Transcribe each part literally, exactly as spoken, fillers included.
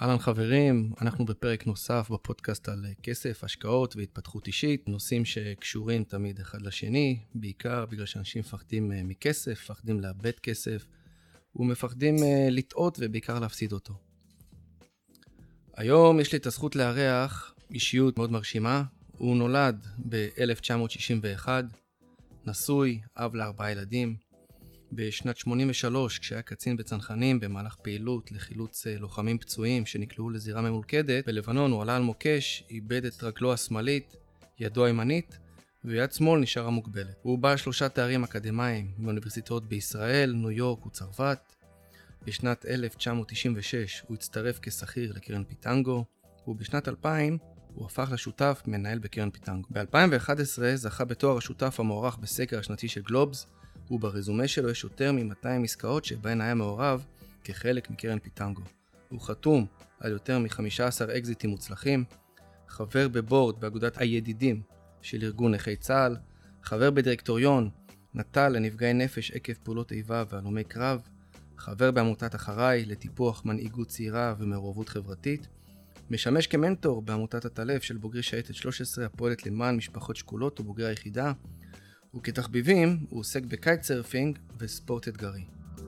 אהלן חברים, אנחנו בפרק נוסף בפודקאסט על כסף, השקעות והתפתחות אישית, נושאים שקשורים תמיד אחד לשני, בעיקר בגלל שאנשים מפחדים מכסף, מפחדים לאבד כסף, ומפחדים לטעות ובעיקר להפסיד אותו. היום יש לי את הזכות לארח אישיות מאוד מרשימה, הוא נולד ב-אלף תשע מאות שישים ואחת, נשוי, אב לארבעה ילדים, בשנת שמונים ושלוש, כשהיה קצין בצנחנים במהלך פעילות לחילוץ לוחמים פצועים שנקלעו לזירה ממולכדת, בלבנון הוא עלה על מוקש, איבד את רגלו השמאלית, ידו הימנית, ויד שמאל נשארה מוגבלת. הוא בעל שלושה תארים אקדמיים באוניברסיטאות בישראל, ניו יורק וצרפת. בשנת אלף תשע מאות תשעים ושש הוא הצטרף כשכיר לקרן פיטנגו, ובשנת אלפיים הוא הפך לשותף מנהל בקרן פיטנגו. ב-אלפיים ואחת עשרה זכה בתואר השותף המוערך בסקר השנתי של גלובס, וברזומה שלו יש יותר מ-מאתיים עסקאות שבהן היה מעורב כחלק מקרן פיטנגו. הוא חתום על יותר מ-חמישה עשר אקזיטים מוצלחים, חבר בבורד באגודת הידידים של ארגון נכי צה"ל, חבר בדירקטוריון נט"ל לנפגעי נפש עקב פעולות איבה והלומי קרב, חבר בעמותת אחריי לטיפוח מנהיגות צעירה ומעורבות חברתית, משמש כמנטור בעמותת הטלף של בוגרי שייטת שלוש עשרה הפועלת למען משפחות שכולות ובוגרי היחידה, וכתחביבים הוא עוסק בקייט סרפינג וספורט אתגרי.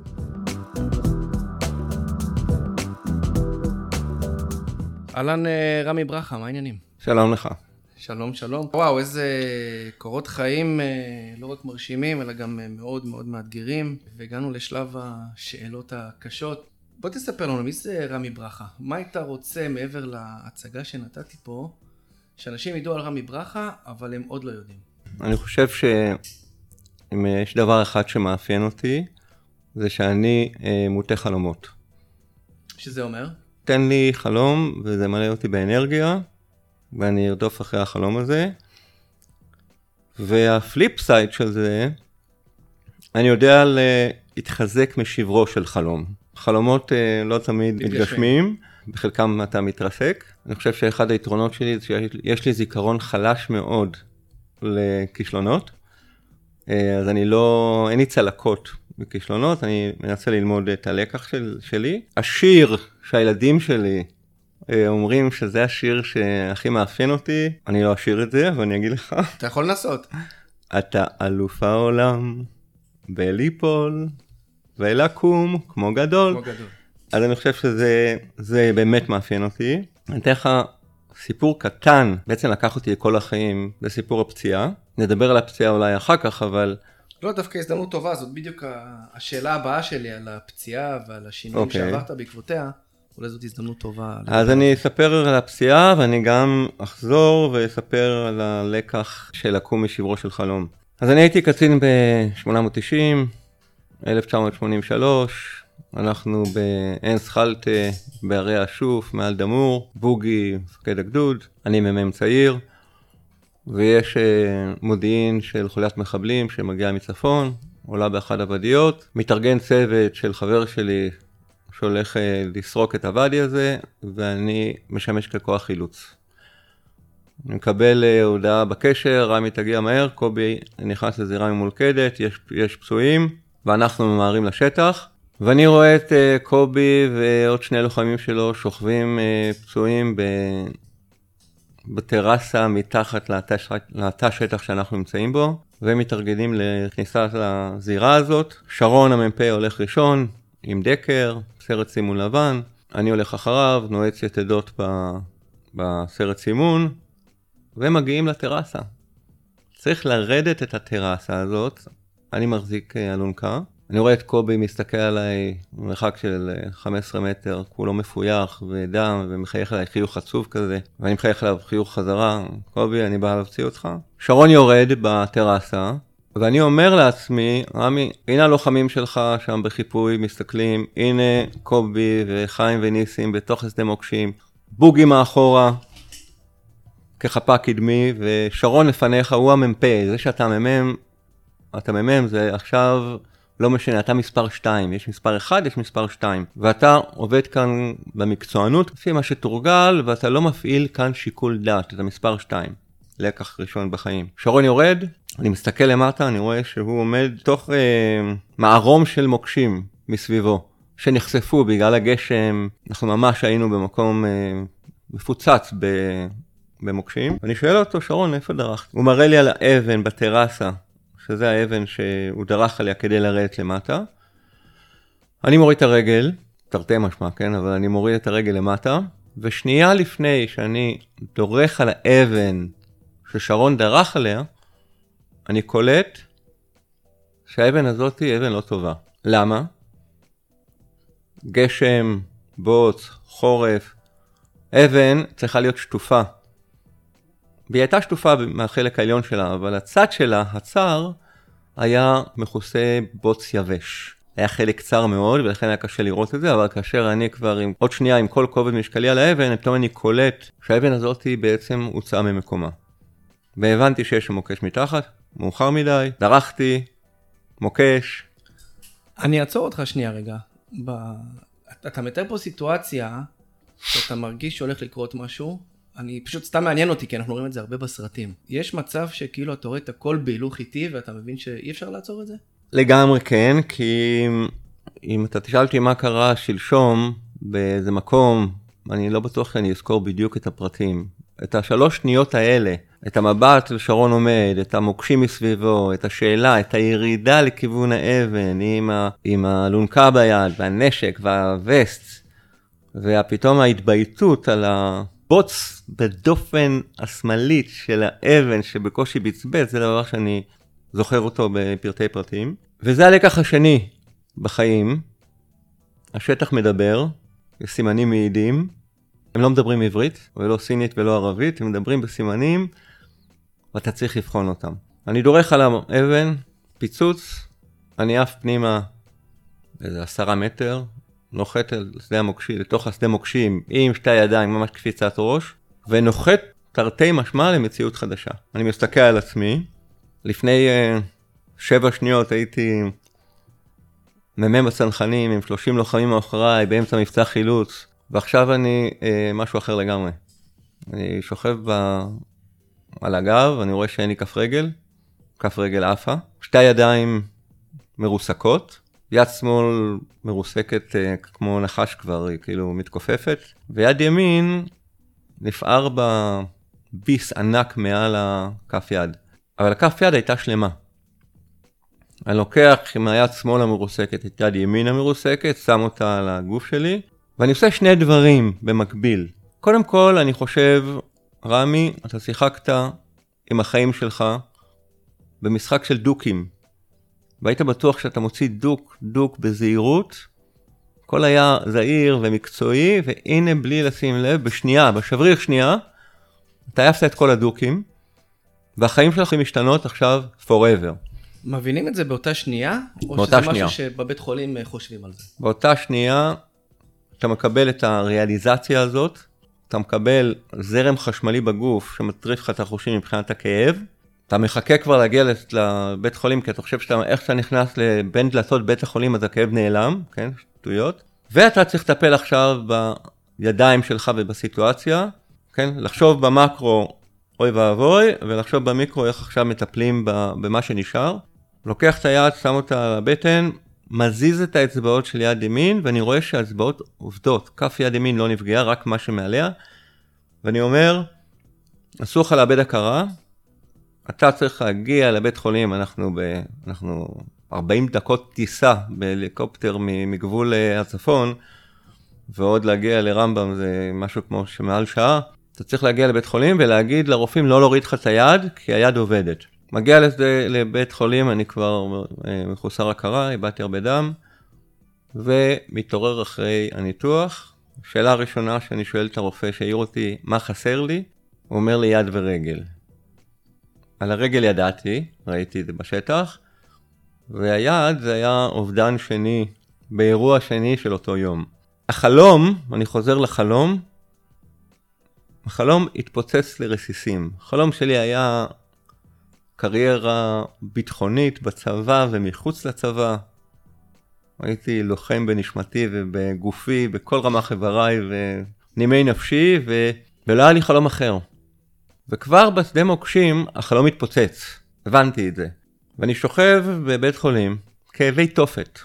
אהלן רמי ברכה, מה העניינים? שלום לך. שלום שלום. וואו, איזה קורות חיים לא רק מרשימים אלא גם מאוד מאוד מאתגרים, והגענו לשלב השאלות הקשות. בוא תספר לנו, מי זה רמי ברכה? מה היית רוצה מעבר להצגה שנתתי פה, שאנשים ידעו על רמי ברכה אבל הם עוד לא יודעים? אני חושב שאם יש דבר אחד שמאפיין אותי, זה שאני אה, מוטה חלומות. שזה אומר? תן לי חלום וזה מלא אותי באנרגיה, ואני ארדוף אחרי החלום הזה. והפליפ סייד של זה, אני יודע להתחזק משברו של חלום. חלומות אה, לא תמיד מתגשמים, בחלקם אתה מתרסק. אני חושב שאחד היתרונות שלי זה שיש לי זיכרון חלש מאוד לכישלונות, אז אני לא, אין לי צלקות בכישלונות, אני מנסה ללמוד את הלקח של, שלי. השיר שהילדים שלי אומרים שזה השיר שהכי מאפיין אותי, אני לא אשיר את זה, אבל אני אגיד לך. אתה יכול לנסות. אתה אלוף העולם, בליפול, ולקום כמו גדול. כמו גדול. אז אני חושב שזה זה באמת מאפיין אותי. אני אתן לך סיפור קטן, בעצם לקח אותי כל החיים, זה סיפור הפציעה. נדבר על הפציעה אולי אחר כך, אבל... לא, דווקא הזדמנות טובה, זאת בדיוק השאלה הבאה שלי על הפציעה ועל השינויים okay. שעברת בעקבותיה. אולי זאת הזדמנות טובה. אז אני אספר על הפציעה, ואני גם אחזור ואספר על הלקח של לקום משברו של חלום. אז אני הייתי קצין ב-שמונה מאות תשעים, אלף תשע מאות שמונים ושלוש, אנחנו בעין סחלטה, בערי השוף, מעל דמור, בוגי, מפקד הגדוד, אני ממם צעיר, ויש מודיעין של חוליית מחבלים שמגיע מצפון, עולה באחד הוודיות, מתארגן צוות של חבר שלי שהולך לסרוק את הוואדי הזה, ואני משמש ככוח חילוץ. אני מקבל הודעה בקשר, רמי תגיע מהר, קובי נכנס לזירה ממולכדת, יש, יש פצועים, ואנחנו ממהרים לשטח, ואני רואה את uh, קובי ועוד שני לוחמים שלו שוכבים uh, פצועים ב... בטרסה מתחת לתא שטח שאנחנו נמצאים בו, והם מתארגנים לכניסה לזירה הזאת. שרון המ"פ הולך ראשון עם דקר, סרט סימון לבן, אני הולך אחריו, נועץ יתדות ב... בסרט סימון, והם מגיעים לטרסה. צריך לרדת את הטרסה הזאת, אני מחזיק אלונקה, אני רואה את קובי מסתכל עליי במרחק של חמישה עשר מטר, כולו מפויח ודם, ומחייך עליי חיוך עצוב כזה, ואני מחייך עליו חיוך חזרה, קובי, אני בא להפציע אותך. שרון יורד בטרסה, ואני אומר לעצמי, רמי, הנה הלוחמים שלך שם בחיפוי מסתכלים, הנה קובי וחיים וניסים בתוך שדה מוקשים, בוגי מאחורה, כחפה קדמי, ושרון לפניך הוא המ"פ, זה שאתה ממם, אתה ממם זה עכשיו... לא משנה, אתה מספר שתיים, יש מספר אחד, יש מספר שתיים, ואתה עובד כאן במקצוענות, לפי מה שתורגל, ואתה לא מפעיל כאן שיקול דעת, אתה מספר שתיים, לקח ראשון בחיים. שרון יורד, אני מסתכל למטה, אני רואה שהוא עומד תוך אה, מערום של מוקשים מסביבו, שנחשפו בגלל הגשם, אנחנו ממש היינו במקום אה, מפוצץ ב, במוקשים. ואני שואל אותו, שרון, איפה דרכת? הוא מראה לי על האבן בטרסה, שזה האבן שהוא דרך עליה כדי לרדת למטה. אני מוריד את הרגל, תרתי משמע, כן? אבל אני מוריד את הרגל למטה, ושנייה לפני שאני דורך על האבן ששרון דרך עליה, אני קולט שהאבן הזאת היא אבן לא טובה. למה? גשם, בוץ, חורף, אבן צריכה להיות שטופה. והיא הייתה שטופה מהחלק העליון שלה, אבל הצד שלה, הצר, היה מכוסה בוץ יבש. היה חלק קצר מאוד, ולכן היה קשה לראות את זה, אבל כאשר אני כבר עם עוד שנייה עם כל כובד משקלי על האבן, פתאום אני קולט שהאבן הזאת היא בעצם הוצאה ממקומה. והבנתי שיש מוקש מתחת, מאוחר מדי, דרכתי, מוקש. אני אעצור אותך שנייה רגע. ב... אתה מתאר פה סיטואציה שאתה מרגיש שהולך לקרות משהו, אני פשוט סתם מעניין אותי, כי אנחנו רואים את זה הרבה בסרטים. יש מצב שכאילו אתה רואה את הכל בהילוך איטי, ואתה מבין שאי אפשר לעצור את זה? לגמרי כן, כי אם אתה תשאל אותי מה קרה שלשום באיזה מקום, אני לא בטוח שאני אזכור בדיוק את הפרטים. את השלוש שניות האלה, את המבט שרון עומד, את המוקשים מסביבו, את השאלה, את הירידה לכיוון האבן, עם, ה, עם הלונקה ביד, והנשק, והווסט, ופתאום ההתבייתות על הבוץ בדופן השמאלית של האבן שבקושי בצבץ, זה דבר שאני זוכר אותו בפרטי פרטים. וזה הלקח השני בחיים. השטח מדבר, יש סימנים מעידים, הם לא מדברים עברית, ולא סינית ולא ערבית, הם מדברים בסימנים, ואתה צריך לבחון אותם. אני דורך על האבן, פיצוץ, אני עף פנימה איזה עשרה מטר, נוחת על שדה המוקשים, לתוך השדה מוקשים, עם שתי ידיים, ממש קפיצת ראש, ונוחת תרתי משמע למציאות חדשה. אני מסתכל על עצמי, לפני uh, שבע שניות הייתי ממם בצנחנים עם שלושים לוחמים מאחוריי, באמצע מבצע חילוץ, ועכשיו אני אה, משהו אחר לגמרי. אני שוכב ב... על הגב, אני רואה שאין לי כף רגל, כף רגל עפה, שתי ידיים מרוסקות, יד שמאל מרוסקת אה, כמו נחש כבר, היא כאילו מתכופפת, ויד ימין נפער בביס ענק מעל הכף יד. אבל הכף יד הייתה שלמה. אני לוקח עם היד שמאל המרוסקת את יד ימין המרוסקת, שם אותה על הגוף שלי, ואני עושה שני דברים במקביל. קודם כל, אני חושב, רמי, אתה שיחקת עם החיים שלך במשחק של דוקים. והיית בטוח שאתה מוציא דוק, דוק בזהירות. הכל היה זהיר ומקצועי, והנה בלי לשים לב, בשנייה, בשבריר שנייה, אתה העפת את כל הדוקים, והחיים שלך משתנות עכשיו forever. מבינים את זה באותה שנייה? או באותה שזה שנייה. משהו שבבית חולים חושבים על זה? באותה שנייה, אתה מקבל את הריאליזציה הזאת, אתה מקבל זרם חשמלי בגוף שמטריף לך את החושים מבחינת הכאב, אתה מחכה כבר להגיע לבית חולים, כי אתה חושב שאתה, איך שאתה נכנס לבין דלתות בית החולים, אז הכאב נעלם, כן, שטויות, ואתה צריך לטפל עכשיו בידיים שלך ובסיטואציה, כן, לחשוב במקרו אוי ואבוי, ולחשוב במיקרו איך עכשיו מטפלים במה שנשאר, לוקח את היד, שם אותה על הבטן, מזיז את האצבעות של יד ימין, ואני רואה שהאצבעות עובדות. כף יד ימין לא נפגעה, רק מה שמעליה. ואני אומר, אסור לך לאבד הכרה, אתה צריך להגיע לבית חולים, אנחנו, ב, אנחנו ארבעים דקות טיסה בהליקופטר מגבול הצפון, ועוד להגיע לרמב"ם זה משהו כמו שמעל שעה. אתה צריך להגיע לבית חולים ולהגיד לרופאים לא להוריד לך את היד, כי היד עובדת. מגיע לזה, לבית חולים, אני כבר מחוסר הכרה, איבדתי הרבה דם, ומתעורר אחרי הניתוח. שאלה הראשונה שאני שואל את הרופא שהעיר אותי, מה חסר לי? הוא אומר לי יד ורגל. על הרגל ידעתי, ראיתי את זה בשטח, והיד זה היה אובדן שני, באירוע שני של אותו יום. החלום, אני חוזר לחלום, החלום התפוצץ לרסיסים. החלום שלי היה קריירה ביטחונית בצבא ומחוץ לצבא. הייתי לוחם בנשמתי ובגופי, בכל רמ"ח איבריי ונימי נפשי, ו... ולא היה לי חלום אחר. וכבר בשדה מוקשים החלום התפוצץ. הבנתי את זה. ואני שוכב בבית חולים, כאבי תופת.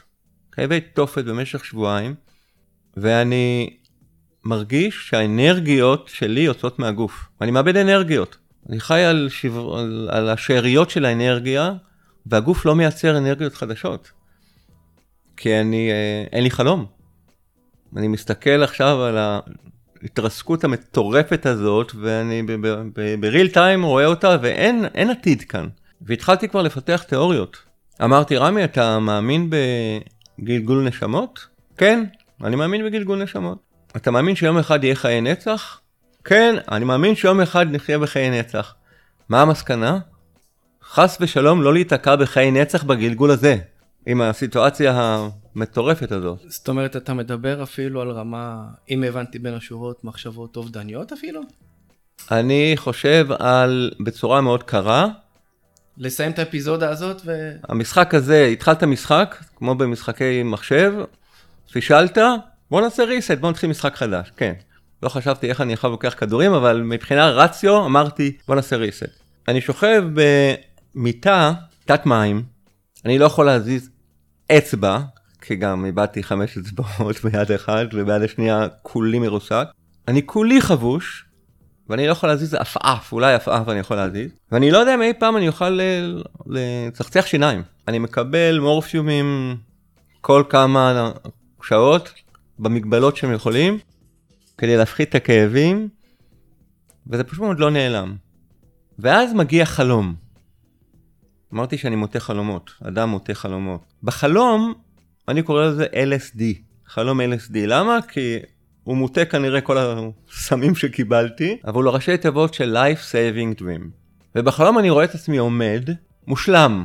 כאבי תופת במשך שבועיים, ואני מרגיש שהאנרגיות שלי יוצאות מהגוף. אני מאבד אנרגיות. אני חי על, שבר... על... על השאריות של האנרגיה, והגוף לא מייצר אנרגיות חדשות. כי אני, אין לי חלום. אני מסתכל עכשיו על ההתרסקות המטורפת הזאת, ואני בריל טיים רואה אותה, ואין אין עתיד כאן. והתחלתי כבר לפתח תיאוריות. אמרתי, רמי, אתה מאמין בגלגול נשמות? כן, אני מאמין בגלגול נשמות. אתה מאמין שיום אחד יהיה חיי נצח? כן, אני מאמין שיום אחד נחיה בחיי נצח. מה המסקנה? חס ושלום לא להיתקע בחיי נצח בגלגול הזה, עם הסיטואציה המטורפת הזאת. זאת אומרת, אתה מדבר אפילו על רמה, אם הבנתי בין השורות, מחשבות אובדניות אפילו? אני חושב על, בצורה מאוד קרה, לסיים את האפיזודה הזאת ו... המשחק הזה, התחלת משחק, כמו במשחקי מחשב, פישלת, בוא נעשה ריסט, בוא נתחיל משחק חדש, כן. לא חשבתי איך אני יכול לוקח כדורים, אבל מבחינה רציו אמרתי, בוא נעשה ריסט. אני שוכב במיטה, תת מים, אני לא יכול להזיז אצבע, כי גם איבדתי חמש אצבעות ביד אחד, וביד השנייה כולי מרוסק. אני כולי חבוש, ואני לא יכול להזיז אפאף, אולי אפאף אני יכול להזיז. ואני לא יודע אם אי פעם אני אוכל לצחצח שיניים. אני מקבל מורפיומים כל כמה שעות, במגבלות שהם יכולים, כדי להפחית את הכאבים, וזה פשוט מאוד לא נעלם. ואז מגיע חלום. אמרתי שאני מוטה חלומות, אדם מוטה חלומות. בחלום, אני קורא לזה אל אס די, חלום אל אס די. למה? כי הוא מוטה כנראה כל הסמים שקיבלתי, אבל הוא ראשי תיבות של life saving dream. ובחלום אני רואה את עצמי עומד, מושלם.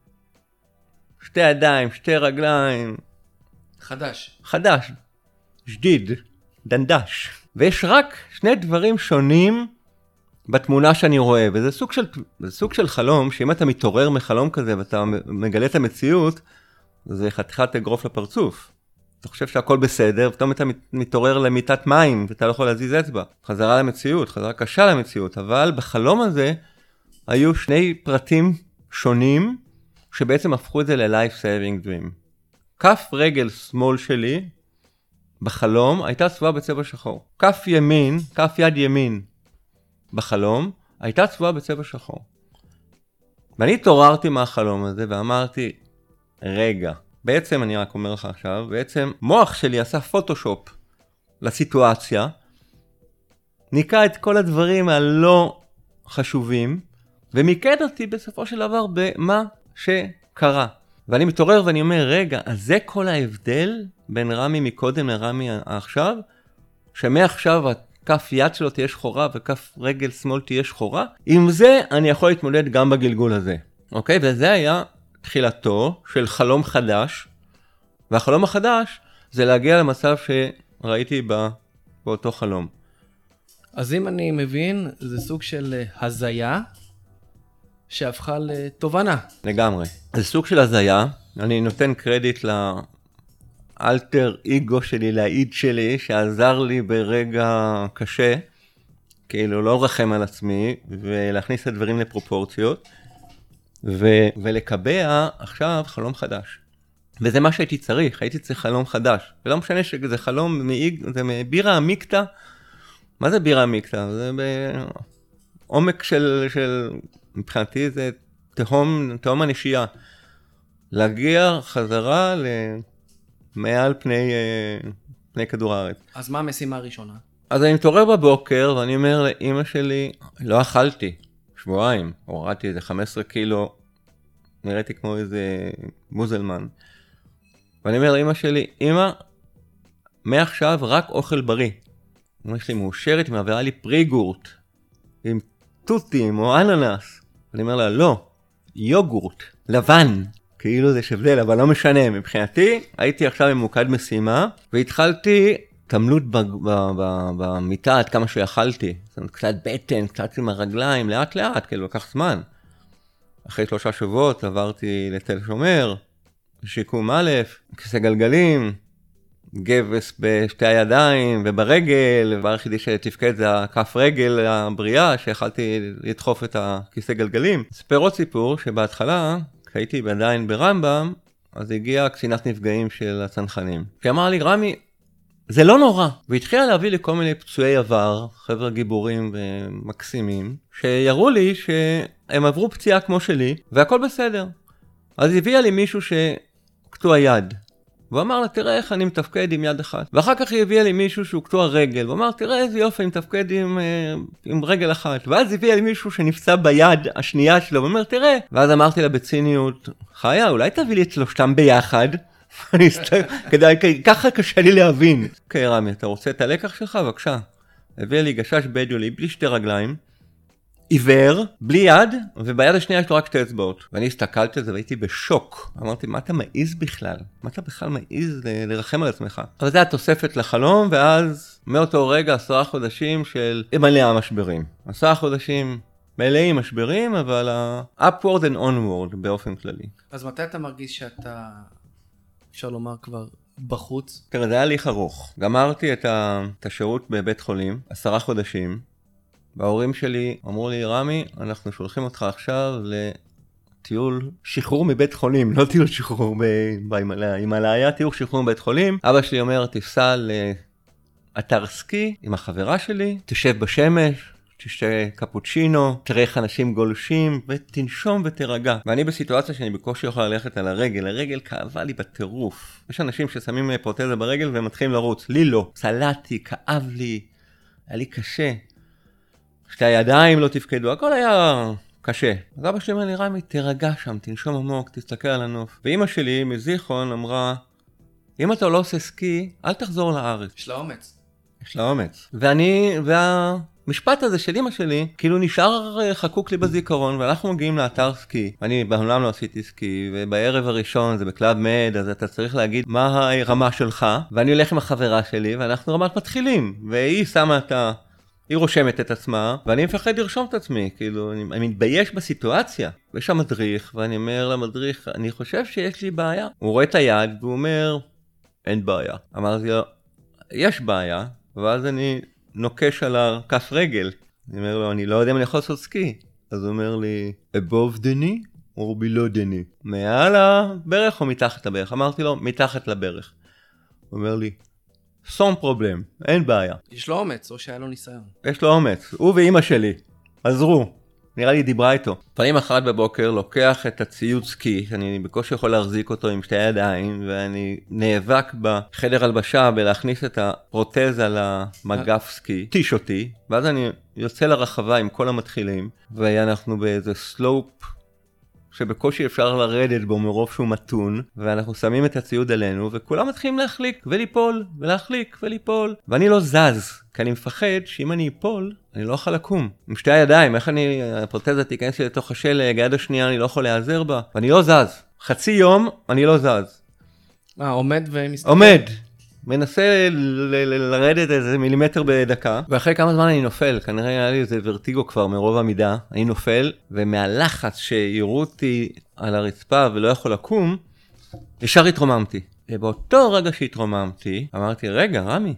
שתי ידיים, שתי רגליים. חדש. חדש. שדיד. דנדש. ויש רק שני דברים שונים בתמונה שאני רואה, וזה סוג של, זה סוג של חלום, שאם אתה מתעורר מחלום כזה ואתה מגלה את המציאות, זה חתיכת אגרוף לפרצוף. אתה חושב שהכל בסדר, ופתאום אתה מתעורר למיטת מים, ואתה לא יכול להזיז אצבע. חזרה למציאות, חזרה קשה למציאות, אבל בחלום הזה היו שני פרטים שונים, שבעצם הפכו את זה ל-life saving dream. כף רגל שמאל שלי, בחלום, הייתה צבועה בצבע שחור. כף ימין, כף יד ימין, בחלום, הייתה צבועה בצבע שחור. ואני התעוררתי מהחלום הזה, ואמרתי, רגע, בעצם אני רק אומר לך עכשיו, בעצם מוח שלי עשה פוטושופ לסיטואציה, ניקה את כל הדברים הלא חשובים, ומיקד אותי בסופו של דבר במה שקרה. ואני מתעורר ואני אומר, רגע, אז זה כל ההבדל בין רמי מקודם לרמי עכשיו, שמעכשיו כף יד שלו תהיה שחורה וכף רגל שמאל תהיה שחורה, עם זה אני יכול להתמודד גם בגלגול הזה. אוקיי? וזה היה תחילתו של חלום חדש, והחלום החדש זה להגיע למצב שראיתי בא, באותו חלום. אז אם אני מבין, זה סוג של הזיה שהפכה לתובנה. לגמרי. זה סוג של הזיה, אני נותן קרדיט לאלטר אגו שלי, לאיד שלי, שעזר לי ברגע קשה, כאילו לא רחם על עצמי, ולהכניס את הדברים לפרופורציות, ו- ולקבע עכשיו חלום חדש. וזה מה שהייתי צריך, הייתי צריך חלום חדש. ולא משנה שזה חלום מאיג, זה מבירה המיקטה. מה זה בירה המיקטה? זה בעומק של, של מבחינתי זה תהום, תהום הנשייה. להגיע חזרה למעל פני, פני כדור הארץ. אז מה המשימה הראשונה? אז אני מתעורר בבוקר ואני אומר לאמא שלי, לא אכלתי. שבועיים, הורדתי איזה חמישה עשר קילו, נראיתי כמו איזה מוזלמן. ואני אומר לאמא שלי, אמא, מעכשיו רק אוכל בריא. אמא שלי מאושרת, היא מעבירה לי פריגורט, עם טוטים או אננס. ואני אומר לה, לא, יוגורט, לבן. כאילו זה שבדל, אבל לא משנה. מבחינתי, הייתי עכשיו ממוקד משימה, והתחלתי תמלות במיטה עד כמה שיכלתי. זאת אומרת, קצת בטן, קצת עם הרגליים, לאט לאט, כאילו לקח זמן. אחרי שלושה שבועות עברתי לתל שומר, שיקום א', כיסא גלגלים, גבס בשתי הידיים וברגל, והדבר היחידי שתפקד זה הכף רגל הבריאה, שיכלתי לדחוף את הכיסא גלגלים. ספר עוד סיפור שבהתחלה, כשהייתי עדיין ברמב"ם, אז הגיעה קצינת נפגעים של הצנחנים. היא אמרה לי, רמי, זה לא נורא. והתחילה להביא לי כל מיני פצועי עבר, חבר'ה גיבורים ומקסימים, שיראו לי שהם עברו פציעה כמו שלי, והכל בסדר. אז הביאה לי מישהו שקטוע יד. והוא אמר לה, תראה איך אני מתפקד עם יד אחת. ואחר כך היא הביאה לי מישהו שהוא קטוע רגל. והוא אמר, תראה איזה יופי, אני מתפקד עם, עם רגל אחת. ואז הביאה לי מישהו שנפצע ביד השנייה שלו. ואומר, תראה. ואז אמרתי לה בציניות, חיה, אולי תביא לי את שלושתם ביחד. ככה קשה לי להבין. אוקיי, רמי, אתה רוצה את הלקח שלך? בבקשה. הביאה לי גשש בדואי בלי שתי רגליים. עיוור, בלי יד, וביד השנייה יש לו רק שתי אצבעות. ואני הסתכלתי על זה והייתי בשוק. אמרתי, מה אתה מעיז בכלל? מה אתה בכלל מעיז ל- לרחם על עצמך? אבל זה התוספת לחלום, ואז מאותו רגע עשרה חודשים של מלא משברים. עשרה חודשים מלאים משברים, אבל ה-upward and onward באופן כללי. אז מתי אתה מרגיש שאתה, אפשר לומר כבר, בחוץ? תראה, זה היה ליך ארוך. גמרתי את, ה- את השירות בבית חולים, עשרה חודשים, וההורים שלי אמרו לי, רמי, אנחנו שולחים אותך עכשיו לטיול שחרור מבית חולים, לא טיול שחרור בהימאליה, טיול שחרור מבית חולים. אבא שלי אומר, תיסע לאתר סקי עם החברה שלי, תשב בשמש, תשתה קפוצ'ינו, תראה איך אנשים גולשים, ותנשום ותרגע. ואני בסיטואציה שאני בקושי יכול ללכת על הרגל, הרגל כאבה לי בטירוף. יש אנשים ששמים פרוטזה ברגל ומתחילים לרוץ, לי לא. צלעתי, כאב לי, היה לי קשה. שתי הידיים לא תפקדו, הכל היה קשה. אז אבא שלי אומר לי, רמי, תרגע שם, תנשום עמוק, תסתכל על הנוף. ואמא שלי מזיכרון אמרה, אם אתה לא עושה סקי, אל תחזור לארץ. יש לה אומץ. יש לה אומץ. ואני, והמשפט הזה של אמא שלי, כאילו נשאר חקוק לי בזיכרון, ואנחנו מגיעים לאתר סקי. אני בעולם לא עשיתי סקי, ובערב הראשון זה בקלאב מד, אז אתה צריך להגיד מה הרמה שלך, ואני הולך עם החברה שלי, ואנחנו רמת מתחילים, והיא שמה את ה... היא רושמת את עצמה, ואני מפחד לרשום את עצמי, כאילו, אני, אני מתבייש בסיטואציה. ויש שם מדריך, ואני אומר למדריך, אני חושב שיש לי בעיה. הוא רואה את היד, והוא אומר, אין בעיה. אמרתי לו, יש בעיה, ואז אני נוקש על הכף רגל. אני אומר לו, אני לא יודע אם אני יכול לעשות סקי. אז הוא אומר לי, above the knee or below the knee? מעל הברך או מתחת לברך? אמרתי לו, מתחת לברך. הוא אומר לי, סום פרובלם, אין בעיה. יש לו אומץ, או שהיה לו ניסיון? יש לו אומץ, הוא ואמא שלי, עזרו. נראה לי דיברה איתו. פעמים אחת בבוקר לוקח את הציוד סקי, אני בקושי יכול להחזיק אותו עם שתי ידיים, ואני נאבק בחדר הלבשה בלהכניס את הפרוטזה למגף סקי, טיש אותי, ואז אני יוצא לרחבה עם כל המתחילים, ואנחנו באיזה סלופ, שבקושי אפשר לרדת בו מרוב שהוא מתון, ואנחנו שמים את הציוד עלינו, וכולם מתחילים להחליק וליפול, ולהחליק וליפול, ואני לא זז, כי אני מפחד שאם אני אפול, אני לא יכול לקום. עם שתי הידיים, איך אני, הפרוטזה תיכנס לי לתוך השלג, היד השנייה אני לא יכול להיעזר בה, ואני לא זז. חצי יום אני לא זז. אה, עומד ומסתכל? עומד. מנסה ל- ל- לרדת איזה מילימטר בדקה, ואחרי כמה זמן אני נופל, כנראה היה לי איזה ורטיגו כבר מרוב המידה, אני נופל, ומהלחץ שיראו אותי על הרצפה ולא יכול לקום, ישר התרוממתי. ובאותו רגע שהתרוממתי, אמרתי, רגע, רמי,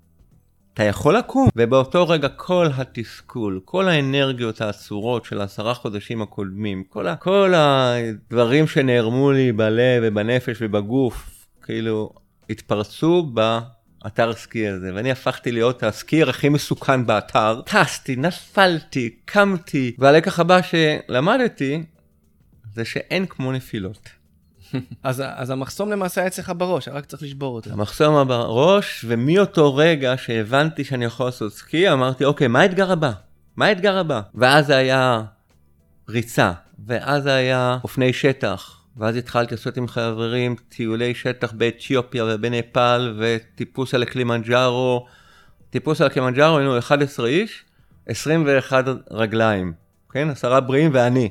אתה יכול לקום. ובאותו רגע כל התסכול, כל האנרגיות העצורות של עשרה חודשים הקודמים, כל, ה- כל הדברים שנערמו לי בלב ובנפש ובגוף, כאילו, התפרצו באתר סקי הזה, ואני הפכתי להיות הסקייר הכי מסוכן באתר. טסתי, נפלתי, קמתי, והלקח הבא שלמדתי, זה שאין כמו נפילות. אז, אז המחסום למעשה היה אצלך בראש, רק צריך לשבור אותו. המחסום בראש, ומאותו רגע שהבנתי שאני יכול לעשות סקי, אמרתי, אוקיי, מה האתגר הבא? מה האתגר הבא? ואז זה היה ריצה, ואז זה היה אופני שטח, ואז התחלתי לעשות עם חברים טיולי שטח באתיופיה ובנפאל, וטיפוס על הקלימנג'ארו. טיפוס על הקלימנג'ארו היינו אחד עשר איש, עשרים ואחת רגליים, כן? עשרה בריאים ואני.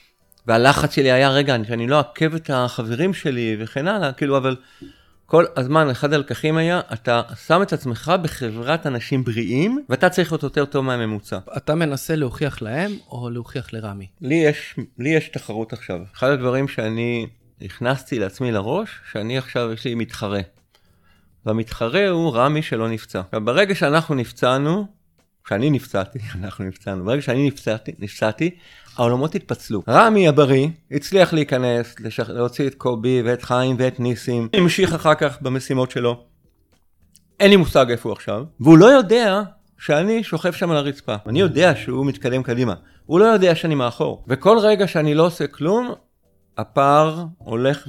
והלחץ שלי היה, רגע, שאני לא עקב את החברים שלי וכן הלאה, כאילו, אבל כל הזמן, אחד הלקחים היה, אתה שם את עצמך בחברת אנשים בריאים, ואתה צריך להיות יותר טוב מהממוצע. אתה מנסה להוכיח להם, או להוכיח לרמי? לי יש, לי יש תחרות עכשיו. אחד הדברים שאני הכנסתי לעצמי לראש, שאני עכשיו, יש לי מתחרה. והמתחרה הוא רמי שלא נפצע. ברגע שאנחנו נפצענו, כשאני נפצעתי, אנחנו נפצענו, ברגע שאני נפצעתי, נפצעתי, העולמות התפצלו. רמי הבריא הצליח להיכנס, לשח... להוציא את קובי ואת חיים ואת ניסים, המשיך אחר כך במשימות שלו. אין לי מושג איפה הוא עכשיו, והוא לא יודע שאני שוכב שם על הרצפה. אני יודע שהוא מתקדם קדימה. הוא לא יודע שאני מאחור. וכל רגע שאני לא עושה כלום, הפער הולך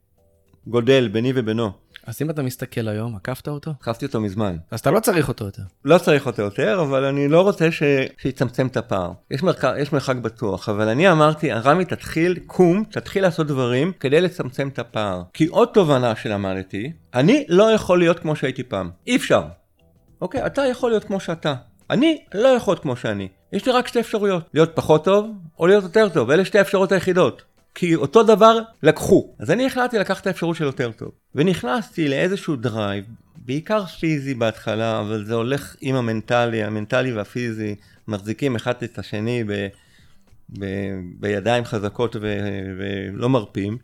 וגודל ביני ובינו. אז אם אתה מסתכל היום, עקפת אותו? עקפתי אותו מזמן. אז אתה לא צריך אותו יותר. לא צריך אותו יותר, אבל אני לא רוצה ש... שיצמצם את הפער. יש מרחק, יש מרחק בטוח, אבל אני אמרתי, רמי תתחיל, קום, תתחיל לעשות דברים כדי לצמצם את הפער. כי עוד תובנה שלמדתי, אני לא יכול להיות כמו שהייתי פעם. אי אפשר. אוקיי, אתה יכול להיות כמו שאתה. אני לא יכול להיות כמו שאני. יש לי רק שתי אפשרויות. להיות פחות טוב, או להיות יותר טוב. אלה שתי האפשרויות היחידות. כי אותו דבר לקחו. אז אני החלטתי לקחת את האפשרות של יותר טוב. ונכנסתי לאיזשהו דרייב, בעיקר פיזי בהתחלה, אבל זה הולך עם המנטלי, המנטלי והפיזי, מחזיקים אחד את השני ב, ב, בידיים חזקות ו, ולא מרפים.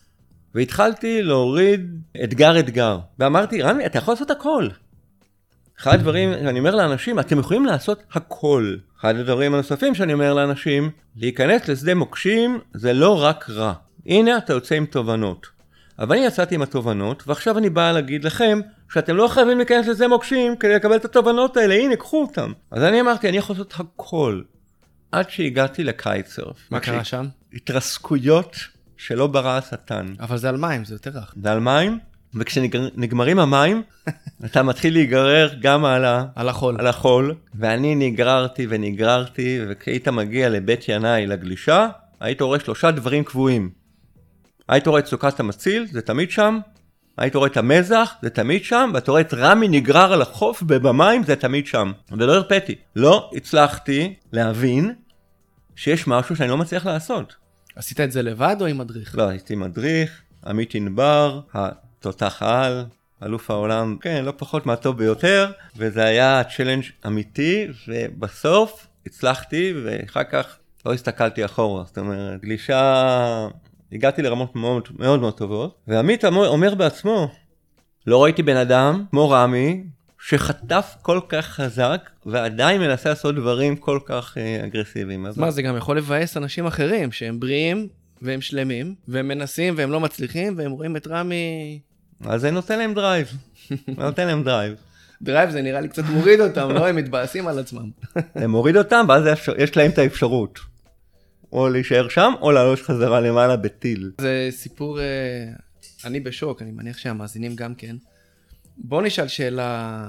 והתחלתי להוריד אתגר אתגר. ואמרתי, רמי, אתה יכול לעשות הכל. אחד הדברים שאני אומר לאנשים, אתם יכולים לעשות הכל. אחד הדברים הנוספים שאני אומר לאנשים, להיכנס לשדה מוקשים זה לא רק רע. הנה אתה יוצא עם תובנות. אבל אני יצאתי עם התובנות, ועכשיו אני בא להגיד לכם, שאתם לא חייבים להיכנס לשדה מוקשים כדי לקבל את התובנות האלה, הנה, קחו אותם. אז אני אמרתי, אני יכול לעשות הכל. עד שהגעתי לקייטסרף. מה קרה שם? התרסקויות שלא ברא השטן. אבל זה על מים, זה יותר רך. זה על מים? וכשנגמרים המים, אתה מתחיל להיגרר גם על, ה... על החול. על החול, ואני נגררתי ונגררתי, וכשהיית מגיע לבית ינאי לגלישה, היית רואה שלושה דברים קבועים. היית רואה את סוכת המציל, זה תמיד שם, היית רואה את המזח, זה תמיד שם, ואתה רואה את רמי נגרר על החוף במים, זה תמיד שם. ולא הרפאתי. לא הצלחתי להבין שיש משהו שאני לא מצליח לעשות. עשית את זה לבד או עם מדריך? לא, הייתי מדריך, עמית ענבר, תותח על, אלוף העולם, כן, לא פחות מהטוב ביותר, וזה היה צ'לנג' אמיתי, ובסוף הצלחתי, ואחר כך לא הסתכלתי אחורה, זאת אומרת, גלישה, הגעתי לרמות מאוד מאוד, מאוד טובות, ועמית אומר בעצמו, לא ראיתי בן אדם כמו רמי, שחטף כל כך חזק, ועדיין מנסה לעשות דברים כל כך אה, אגרסיביים. אז מה, זה גם יכול לבאס אנשים אחרים, שהם בריאים, והם שלמים, והם מנסים, והם לא מצליחים, והם רואים את רמי... אז זה נותן להם דרייב. נותן להם דרייב. דרייב זה נראה לי קצת מוריד אותם, לא? הם מתבאסים על עצמם. זה מוריד אותם, ואז יש להם את האפשרות. או להישאר שם, או לעלות חזרה למעלה בטיל. זה סיפור... אני בשוק, אני מניח שהמאזינים גם כן. בוא נשאל שאלה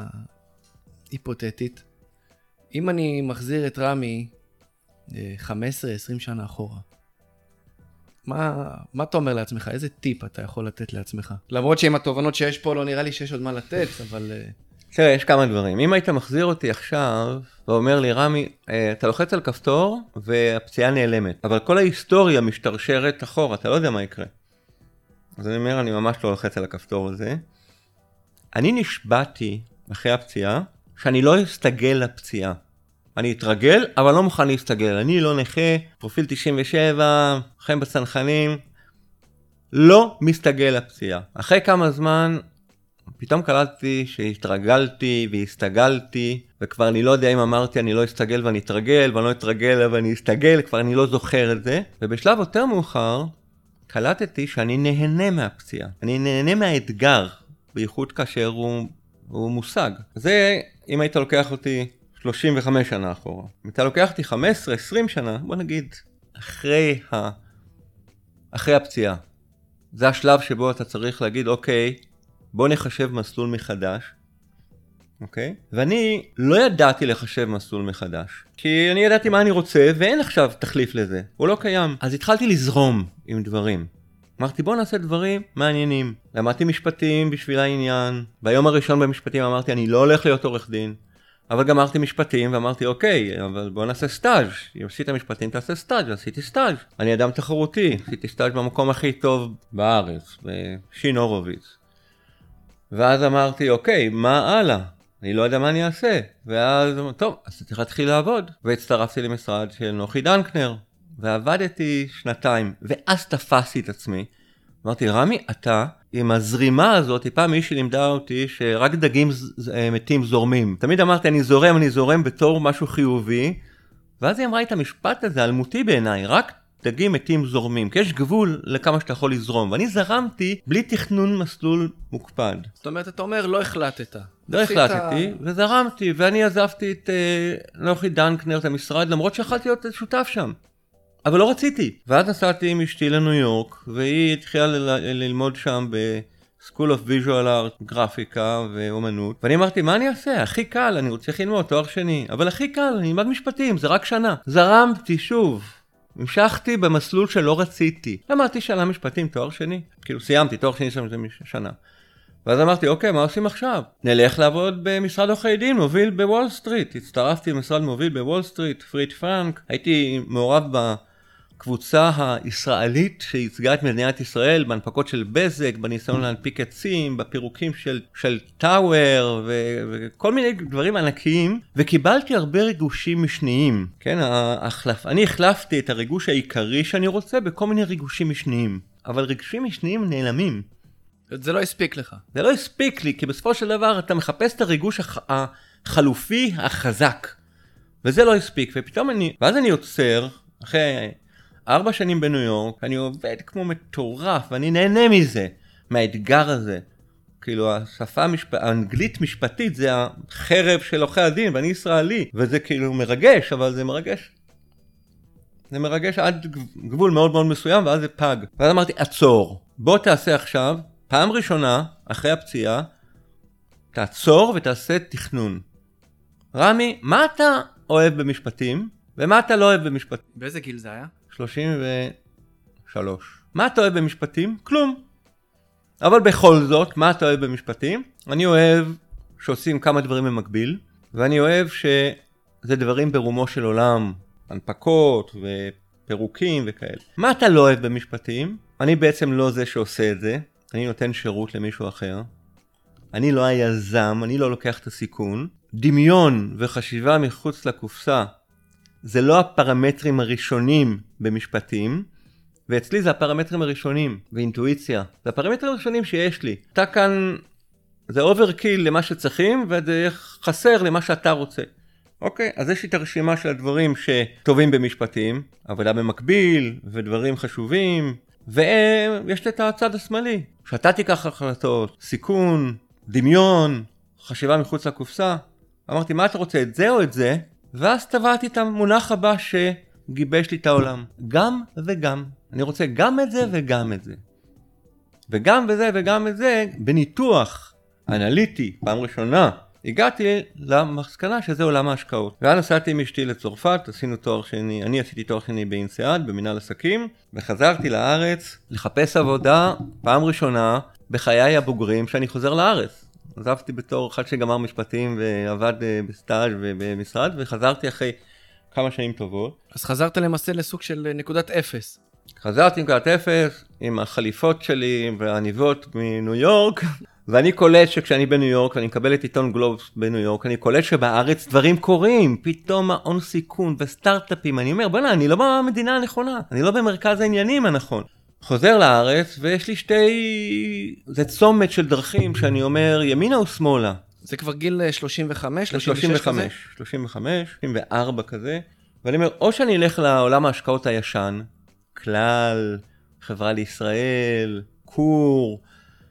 היפותטית. אם אני מחזיר את רמי חמש עשרה עשרים שנה אחורה, מה, מה אתה אומר לעצמך? איזה טיפ אתה יכול לתת לעצמך? למרות שעם התובנות שיש פה לא נראה לי שיש עוד מה לתת, אבל... תראה, יש כמה דברים. אם היית מחזיר אותי עכשיו ואומר לי, רמי, אתה לוחץ על כפתור והפציעה נעלמת, אבל כל ההיסטוריה משתרשרת אחורה, אתה לא יודע מה יקרה. אז אני אומר, אני ממש לא לוחץ על הכפתור הזה. אני נשבעתי אחרי הפציעה שאני לא אסתגל לפציעה. אני אתרגל, אבל לא מוכן להסתגל. אני לא נכה, פרופיל תשעים ושבע, חיים בצנחנים, לא מסתגל לפציעה. אחרי כמה זמן, פתאום קלטתי שהתרגלתי והסתגלתי, וכבר אני לא יודע אם אמרתי אני לא אסתגל ואני אתרגל, ואני לא אתרגל ואני אסתגל, כבר אני לא זוכר את זה. ובשלב יותר מאוחר, קלטתי שאני נהנה מהפציעה. אני נהנה מהאתגר, בייחוד כאשר הוא, הוא מושג. זה, אם היית לוקח אותי שלושים וחמש שנה אחורה. אם אתה לוקח אותי חמש עשרה עשרים שנה, בוא נגיד, אחרי, ה... אחרי הפציעה. זה השלב שבו אתה צריך להגיד, אוקיי, בוא נחשב מסלול מחדש. אוקיי? ואני לא ידעתי לחשב מסלול מחדש. כי אני ידעתי מה אני רוצה, ואין עכשיו תחליף לזה. הוא לא קיים. אז התחלתי לזרום עם דברים. אמרתי, בוא נעשה דברים מעניינים. למדתי משפטים בשביל העניין. ביום הראשון במשפטים אמרתי, אני לא הולך להיות עורך דין. אבל גמרתי משפטים ואמרתי, אוקיי, אבל בוא נעשה סטאז'. אם עשית משפטים, תעשה סטאז'. עשיתי סטאז'. אני אדם תחרותי. עשיתי סטאז' במקום הכי טוב בארץ, בשין הורוביץ. ואז אמרתי, אוקיי, מה הלאה? אני לא יודע מה אני אעשה. ואז, טוב, אז צריך להתחיל לעבוד. והצטרפתי למשרד של נוחי דנקנר. ועבדתי שנתיים. ואז תפסתי את עצמי. אמרתי, רמי, אתה עם הזרימה הזאת, פעם מישהי לימדה אותי שרק דגים מתים זורמים. תמיד אמרתי, אני זורם, אני זורם בתור משהו חיובי, ואז היא אמרה את המשפט הזה, אלמותי בעיניי, רק דגים מתים זורמים, כי יש גבול לכמה שאתה יכול לזרום, ואני זרמתי בלי תכנון מסלול מוקפד. זאת אומרת, אתה אומר, לא החלטת. לא החלטתי, וזרמתי, ואני עזבתי את נוחי דנקנר, את המשרד, למרות שיכלתי להיות שותף שם. אבל לא רציתי. ואז נסעתי עם אשתי לניו יורק, והיא התחילה ל- ללמוד שם ב-School of Visual Art, גרפיקה ואומנות. ואני אמרתי, מה אני אעשה? הכי קל, אני רוצה ללמוד תואר שני. אבל הכי קל, אני אלמד משפטים, זה רק שנה. זרמתי שוב. המשכתי במסלול שלא רציתי. למדתי שנה משפטים, תואר שני. כאילו סיימתי, תואר שני שם זה שנה. ואז אמרתי, אוקיי, מה עושים עכשיו? נלך לעבוד במשרד עורכי דין, מוביל בוול סטריט. הצטרפתי למשרד מוביל בוול סטריט, פריד פרנק. הייתי מעורב בקבוצה הישראלית שייצגה את מדינת ישראל, בהנפקות של בזק, בניסיון להנפיק עצים, בפירוקים של, של טאוור, ו- וכל מיני דברים ענקיים, וקיבלתי הרבה ריגושים משניים. כן, החלף, אני החלפתי את הריגוש העיקרי שאני רוצה בכל מיני ריגושים משניים. אבל ריגושים משניים נעלמים. זה לא הספיק לך. זה לא הספיק לי, כי בסופו של דבר אתה מחפש את הריגוש הח... החלופי החזק. וזה לא הספיק, ופתאום אני... ואז אני יוצר, אחרי ארבע שנים בניו יורק, אני עובד כמו מטורף, ואני נהנה מזה, מהאתגר הזה. כאילו, השפה המשפ... האנגלית משפטית זה החרב של עורכי הדין, ואני ישראלי, וזה כאילו מרגש, אבל זה מרגש. זה מרגש עד גבול מאוד מאוד מסוים, ואז זה פג. ואז אמרתי, עצור, בוא תעשה עכשיו, פעם ראשונה, אחרי הפציעה, תעצור ותעשה תכנון. רמי, מה אתה אוהב במשפטים, ומה אתה לא אוהב במשפטים? באיזה גיל זה היה? שלושים ושלוש. מה אתה אוהב במשפטים? כלום. אבל בכל זאת, מה אתה אוהב במשפטים? אני אוהב שעושים כמה דברים במקביל, ואני אוהב שזה דברים ברומו של עולם, הנפקות ופירוקים וכאלה. מה אתה לא אוהב במשפטים? אני בעצם לא זה שעושה את זה. אני נותן שירות למישהו אחר. אני לא היזם, אני לא לוקח את הסיכון. דמיון וחשיבה מחוץ לקופסה, זה לא הפרמטרים הראשונים במשפטים, ואצלי זה הפרמטרים הראשונים, ואינטואיציה. זה הפרמטרים הראשונים שיש לי. אתה כאן, זה אוברקיל למה שצריכים, וזה חסר למה שאתה רוצה. אוקיי, אז יש לי את הרשימה של הדברים שטובים במשפטים, עבודה במקביל, ודברים חשובים, ויש את הצד השמאלי. שאתה תיקח החלטות, סיכון, דמיון, חשיבה מחוץ לקופסה. אמרתי, מה אתה רוצה, את זה או את זה? ואז טבעתי את המונח הבא שגיבש לי את העולם. גם וגם. אני רוצה גם את זה וגם את זה. וגם וזה וגם את זה, בניתוח אנליטי, פעם ראשונה, הגעתי למסקנה שזה עולם ההשקעות. ואז נסעתי עם אשתי לצרפת, עשינו תואר שני, אני עשיתי תואר שני באינסיאד, במנהל עסקים, וחזרתי לארץ לחפש עבודה, פעם ראשונה, בחיי הבוגרים שאני חוזר לארץ. עזבתי בתור אחד שגמר משפטים ועבד בסטאז' ובמשרד, וחזרתי אחרי כמה שנים טובות. אז חזרת למעשה לסוג של נקודת אפס. חזרתי עם נקודת אפס, עם החליפות שלי והעניבות מניו יורק, ואני קולט שכשאני בניו יורק, ואני מקבל את עיתון גלובס בניו יורק, אני קולט שבארץ דברים קורים, פתאום ההון סיכון וסטארט-אפים, אני אומר, בוא'נה, אני לא במדינה הנכונה, אני לא במרכז העניינים הנכון. חוזר לארץ, ויש לי שתי... זה צומת של דרכים שאני אומר, ימינה או שמאלה. זה כבר גיל שלושים וחמש, שלושים וחמש, שלושים וחמש, שלושים וארבע כזה. ואני אומר, או שאני אלך לעולם ההשקעות הישן, כלל, חברה לישראל, קור,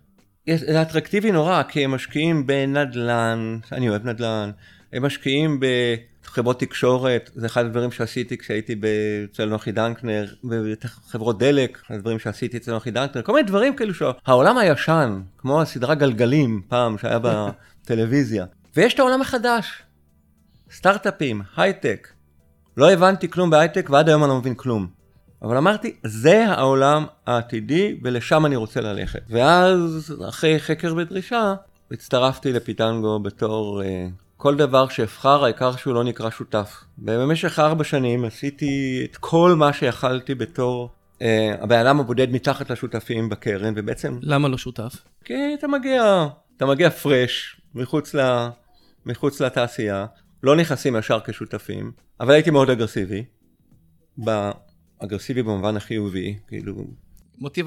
זה אטרקטיבי נורא, כי הם משקיעים בנדלן, אני אוהב נדלן, הם משקיעים בחברות תקשורת, זה אחד הדברים שעשיתי כשהייתי אצל נוחי דנקנר, בחברות דלק, הדברים שעשיתי אצל נוחי דנקנר, כל מיני דברים כאלו שהעולם הישן, כמו הסדרה גלגלים פעם שהיה בטלוויזיה, ויש את העולם החדש, סטארט-אפים, הייטק, לא הבנתי כלום בהייטק ועד היום אני לא מבין כלום. אבל אמרתי, זה העולם העתידי, ולשם אני רוצה ללכת. ואז, אחרי חקר ודרישה, הצטרפתי לפיטנגו בתור אה, כל דבר שאבחר, העיקר שהוא לא נקרא שותף. ובמשך ארבע שנים עשיתי את כל מה שיכלתי בתור אה, הבן אדם הבודד מתחת לשותפים בקרן, ובעצם... למה לא שותף? כי אתה מגיע, אתה מגיע פרש, מחוץ, ל, מחוץ לתעשייה, לא נכנסים ישר כשותפים, אבל הייתי מאוד אגרסיבי, ב... אגרסיבי במובן החיובי, כאילו... מוטיבציה.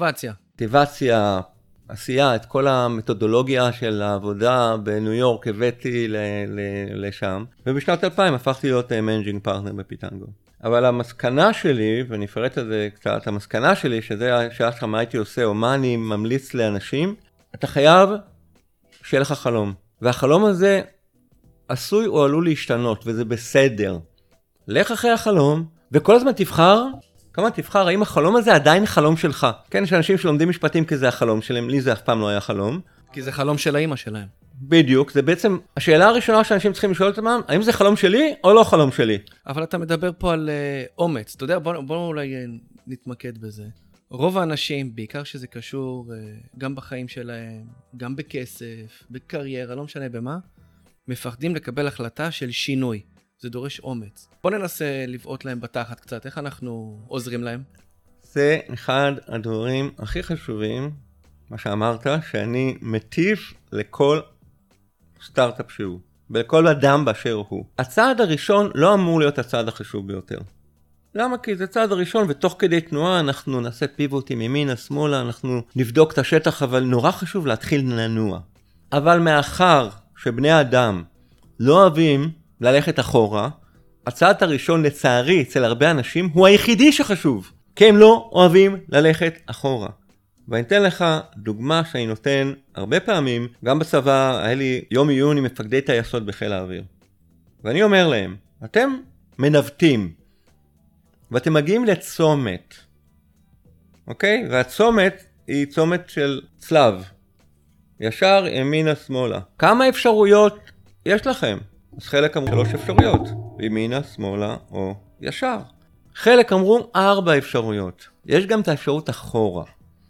מוטיבציה, עשייה, את כל המתודולוגיה של העבודה בניו יורק הבאתי ל- ל- לשם, ובשנת אלפיים הפכתי להיות מנג'ינג פרטנר בפיטנגו. אבל המסקנה שלי, ואני אפרט על זה קצת, המסקנה שלי, שזה השאלה שלך מה הייתי עושה, או מה אני ממליץ לאנשים, אתה חייב שיהיה לך חלום. והחלום הזה עשוי או עלול להשתנות, וזה בסדר. לך אחרי החלום, וכל הזמן תבחר, כמה תבחר, האם החלום הזה עדיין חלום שלך. כן, יש אנשים שלומדים משפטים כי זה החלום שלהם, לי זה אף פעם לא היה חלום. כי זה חלום של האמא שלהם. בדיוק, זה בעצם השאלה הראשונה שאנשים צריכים לשאול אותם, האם זה חלום שלי או לא חלום שלי? אבל אתה מדבר פה על uh, אומץ, אתה יודע, בואו בוא אולי uh, נתמקד בזה. רוב האנשים, בעיקר שזה קשור uh, גם בחיים שלהם, גם בכסף, בקריירה, לא משנה במה, מפחדים לקבל החלטה של שינוי. זה דורש אומץ. בואו ננסה לבעוט להם בתחת קצת, איך אנחנו עוזרים להם? זה אחד הדברים הכי חשובים, מה שאמרת, שאני מטיב לכל סטארט-אפ שהוא, ולכל אדם באשר הוא. הצעד הראשון לא אמור להיות הצעד החשוב ביותר. למה? כי זה צעד הראשון, ותוך כדי תנועה אנחנו נעשה פיבוטים ימינה, שמאלה, אנחנו נבדוק את השטח, אבל נורא חשוב להתחיל לנוע. אבל מאחר שבני האדם לא אוהבים ללכת אחורה, הצעד הראשון לצערי אצל הרבה אנשים הוא היחידי שחשוב, כי הם לא אוהבים ללכת אחורה. ואני אתן לך דוגמה שאני נותן הרבה פעמים, גם בצבא היה לי יום עיון עם מפקדי טייסות בחיל האוויר. ואני אומר להם, אתם מנווטים, ואתם מגיעים לצומת, אוקיי? והצומת היא צומת של צלב, ישר ימינה שמאלה. כמה אפשרויות יש לכם? אז חלק אמרו שלוש אפשרויות, ימינה, שמאלה או ישר. חלק אמרו ארבע אפשרויות, יש גם את האפשרות אחורה.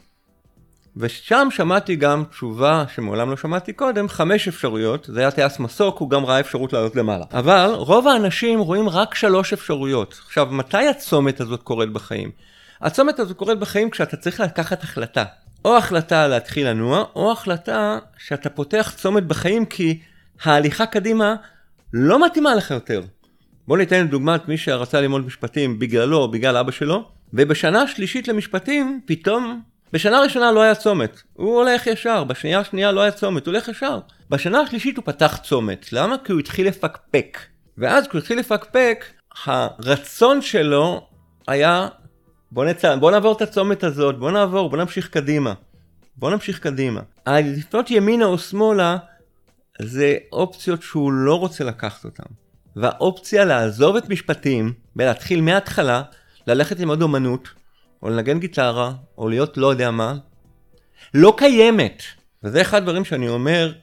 ושם שמעתי גם תשובה שמעולם לא שמעתי קודם, חמש אפשרויות, זה היה טייס מסוק, הוא גם ראה אפשרות לעלות למעלה. אבל רוב האנשים רואים רק שלוש אפשרויות. עכשיו, מתי הצומת הזאת קורית בחיים? הצומת הזאת קורית בחיים כשאתה צריך לקחת החלטה. או החלטה להתחיל לנוע, או החלטה שאתה פותח צומת בחיים כי ההליכה קדימה לא מתאימה לך יותר. בוא ניתן דוגמת מי שרצה ללמוד משפטים בגללו או בגלל אבא שלו, ובשנה השלישית למשפטים פתאום בשנה הראשונה לא היה צומת, הוא הולך ישר, בשנייה השנייה לא היה צומת, הוא הולך ישר. בשנה השלישית הוא פתח צומת, למה? כי הוא התחיל לפקפק. ואז כשהוא התחיל לפקפק, הרצון שלו היה, בוא, נצא, בוא נעבור את הצומת הזאת, בוא נעבור, בוא נמשיך קדימה. בוא נמשיך קדימה. לפנות ימינה או שמאלה, זה אופציות שהוא לא רוצה לקחת אותן. והאופציה לעזוב את משפטים, ולהתחיל מההתחלה, ללכת עם עוד אומנות, או לנגן גיטרה, או להיות לא יודע מה, לא קיימת. וזה אחד הדברים שאני אומר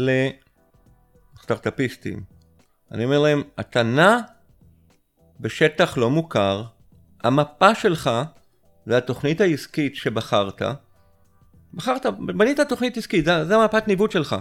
לסטארט-אפיסטים. אני אומר להם, אתה נע בשטח לא מוכר, המפה שלך, זה התוכנית העסקית שבחרת, בחרת, בנית תוכנית עסקית, זה, זה המפת ניווט שלך.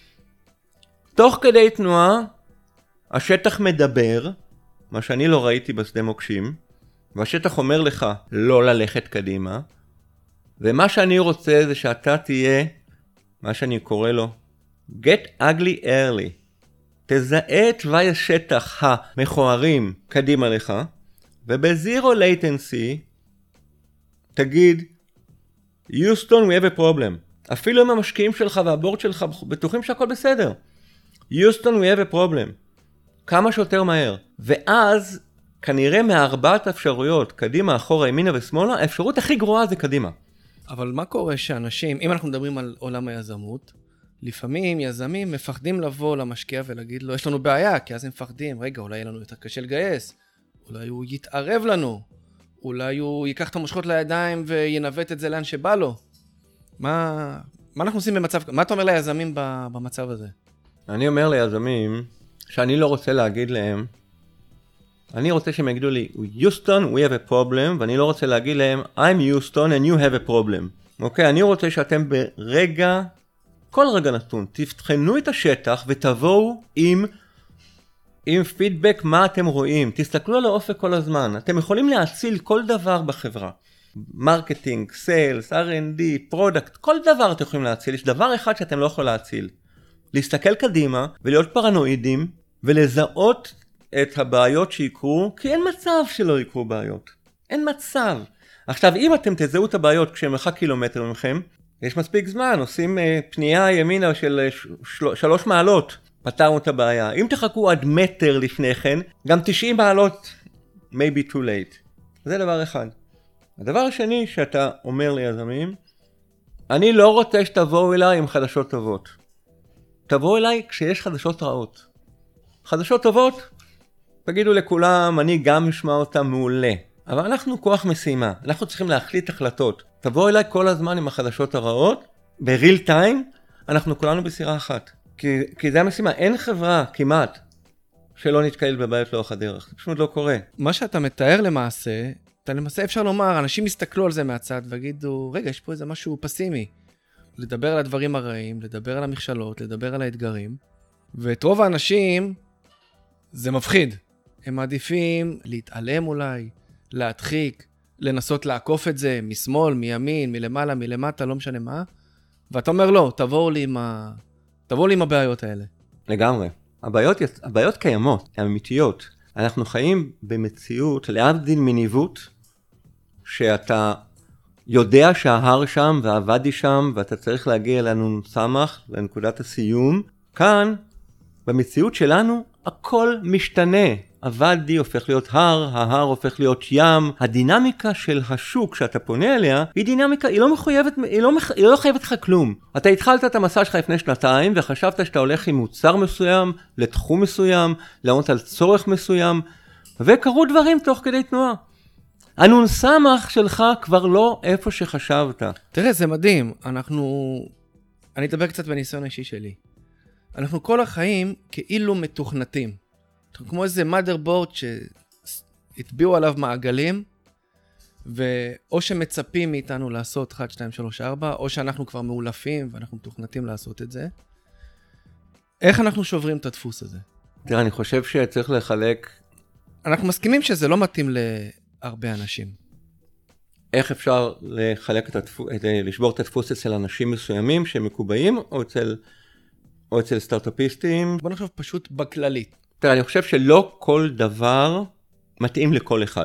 תוך כדי תנועה, השטח מדבר, מה שאני לא ראיתי בשדה מוקשים, והשטח אומר לך לא ללכת קדימה, ומה שאני רוצה זה שאתה תהיה, מה שאני קורא לו, get ugly early. תזהה את תוואי השטח המכוערים קדימה לך, ובזירו latency תגיד, Houston we have a problem. אפילו אם המשקיעים שלך והבורד שלך בטוחים שהכל בסדר. Houston we have a problem. כמה שיותר מהר. ואז כנראה מארבעת האפשרויות, קדימה, אחורה, ימינה ושמאלה, האפשרות הכי גרועה זה קדימה. אבל מה קורה שאנשים, אם אנחנו מדברים על עולם היזמות, לפעמים יזמים מפחדים לבוא למשקיע ולהגיד לו, יש לנו בעיה, כי אז הם מפחדים, רגע, אולי יהיה לנו יותר קשה לגייס, אולי הוא יתערב לנו, אולי הוא ייקח את המושכות לידיים וינווט את זה לאן שבא לו. מה, מה אנחנו עושים במצב, מה אתה אומר ליזמים במצב הזה? אני אומר ליזמים שאני לא רוצה להגיד להם, אני רוצה שהם יגידו לי, Houston, we have a problem, ואני לא רוצה להגיד להם, I'm Houston and you have a problem. אוקיי, אני רוצה שאתם ברגע, כל רגע נתון, תבחנו את השטח ותבואו עם, עם פידבק מה אתם רואים. תסתכלו על האופק כל הזמן. אתם יכולים להציל כל דבר בחברה. מרקטינג, סיילס, אר אנד די, פרודקט, כל דבר אתם יכולים להציל. יש דבר אחד שאתם לא יכולים להציל. להסתכל קדימה ולהיות פרנואידים ולזהות את הבעיות שיקרו, כי אין מצב שלא יקרו בעיות. אין מצב. עכשיו, אם אתם תזהו את הבעיות כשהם מרחק קילומטר ממכם, יש מספיק זמן, עושים uh, פנייה ימינה של של שלוש מעלות, פתרנו את הבעיה. אם תחכו עד מטר לפני כן, גם תשעים מעלות maybe too late. זה דבר אחד. הדבר השני שאתה אומר ליזמים, אני לא רוצה שתבואו אליי עם חדשות טובות. תבואו אליי כשיש חדשות רעות. חדשות טובות, תגידו לכולם, אני גם אשמע אותם מעולה. אבל אנחנו כוח משימה, אנחנו צריכים להחליט החלטות. תבואו אליי כל הזמן עם החדשות הרעות, בריל טיים, אנחנו כולנו בסירה אחת. כי, כי זה המשימה, אין חברה כמעט שלא נתקהל בבעיות לאורך הדרך. זה פשוט לא קורה. מה שאתה מתאר למעשה, אתה למעשה אפשר לומר, אנשים יסתכלו על זה מהצד ויגידו, רגע, יש פה איזה משהו פסימי. לדבר על הדברים הרעים, לדבר על המכשלות, לדבר על האתגרים. ואת רוב האנשים, זה מפחיד. הם מעדיפים להתעלם אולי, להדחיק, לנסות לעקוף את זה משמאל, מימין, מלמעלה, מלמטה, לא משנה מה. ואתה אומר לא, תבואו לי עם, ה... תבואו לי עם הבעיות האלה. לגמרי. הבעיות, הבעיות קיימות, הן אמיתיות. אנחנו חיים במציאות, להבדיל מניווט, שאתה יודע שההר שם והוואדי שם, ואתה צריך להגיע לנו סמך לנקודת הסיום. כאן, במציאות שלנו, הכל משתנה. הוואדי הופך להיות הר, ההר הופך להיות ים. הדינמיקה של השוק שאתה פונה אליה, היא דינמיקה, היא לא מחויבת, היא לא, מח... היא לא חייבת לך כלום. אתה התחלת את המסע שלך לפני שנתיים, וחשבת שאתה הולך עם מוצר מסוים, לתחום מסוים, לענות על צורך מסוים, וקרו דברים תוך כדי תנועה. הנון סמך שלך כבר לא איפה שחשבת. תראה, זה מדהים. אנחנו... אני אדבר קצת בניסיון האישי שלי. אנחנו כל החיים כאילו מתוכנתים. כמו איזה motherboard שהטביעו עליו מעגלים, ואו שמצפים מאיתנו לעשות אחת, שתיים, שלוש, ארבע, או שאנחנו כבר מאולפים ואנחנו מתוכנתים לעשות את זה. איך אנחנו שוברים את הדפוס הזה? תראה, אני חושב שצריך לחלק... אנחנו מסכימים שזה לא מתאים להרבה אנשים. איך אפשר לחלק את הדפוס, לשבור את הדפוס אצל אנשים מסוימים שמקובעים, או אצל, או אצל סטארט-אפיסטים? בוא נחשוב פשוט בכללית. תראה, אני חושב שלא כל דבר מתאים לכל אחד.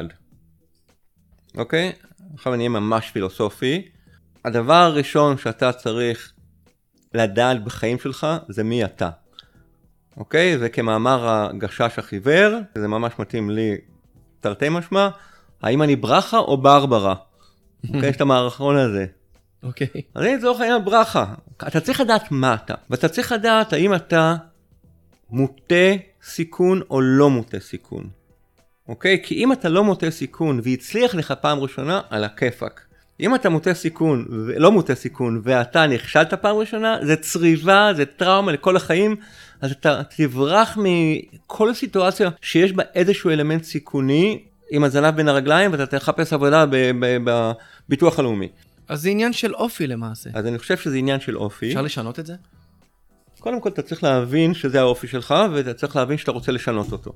אוקיי? עכשיו אני אהיה ממש פילוסופי. הדבר הראשון שאתה צריך לדעת בחיים שלך זה מי אתה. אוקיי? וכמאמר הגשש החיוור, זה ממש מתאים לי תרתי משמע, האם אני ברכה או ברברה? אוקיי? יש את המערכון הזה. אוקיי. אז אני לצורך העניין ברכה. אתה צריך לדעת מה אתה. ואתה צריך לדעת האם אתה מוטה סיכון או לא מוטה סיכון. אוקיי? כי אם אתה לא מוטה סיכון והצליח לך פעם ראשונה, על הכיפק. אם אתה מוטה סיכון ולא מוטה סיכון ואתה נכשלת פעם ראשונה, זה צריבה, זה טראומה לכל החיים, אז אתה תברח מכל סיטואציה שיש בה איזשהו אלמנט סיכוני עם הזנב בין הרגליים, ואתה תחפש עבודה בביטוח הלאומי. אז זה עניין של אופי למעשה. אז אני חושב שזה עניין של אופי. אפשר לשנות את זה? קודם כל אתה צריך להבין שזה האופי שלך, ואתה צריך להבין שאתה רוצה לשנות אותו.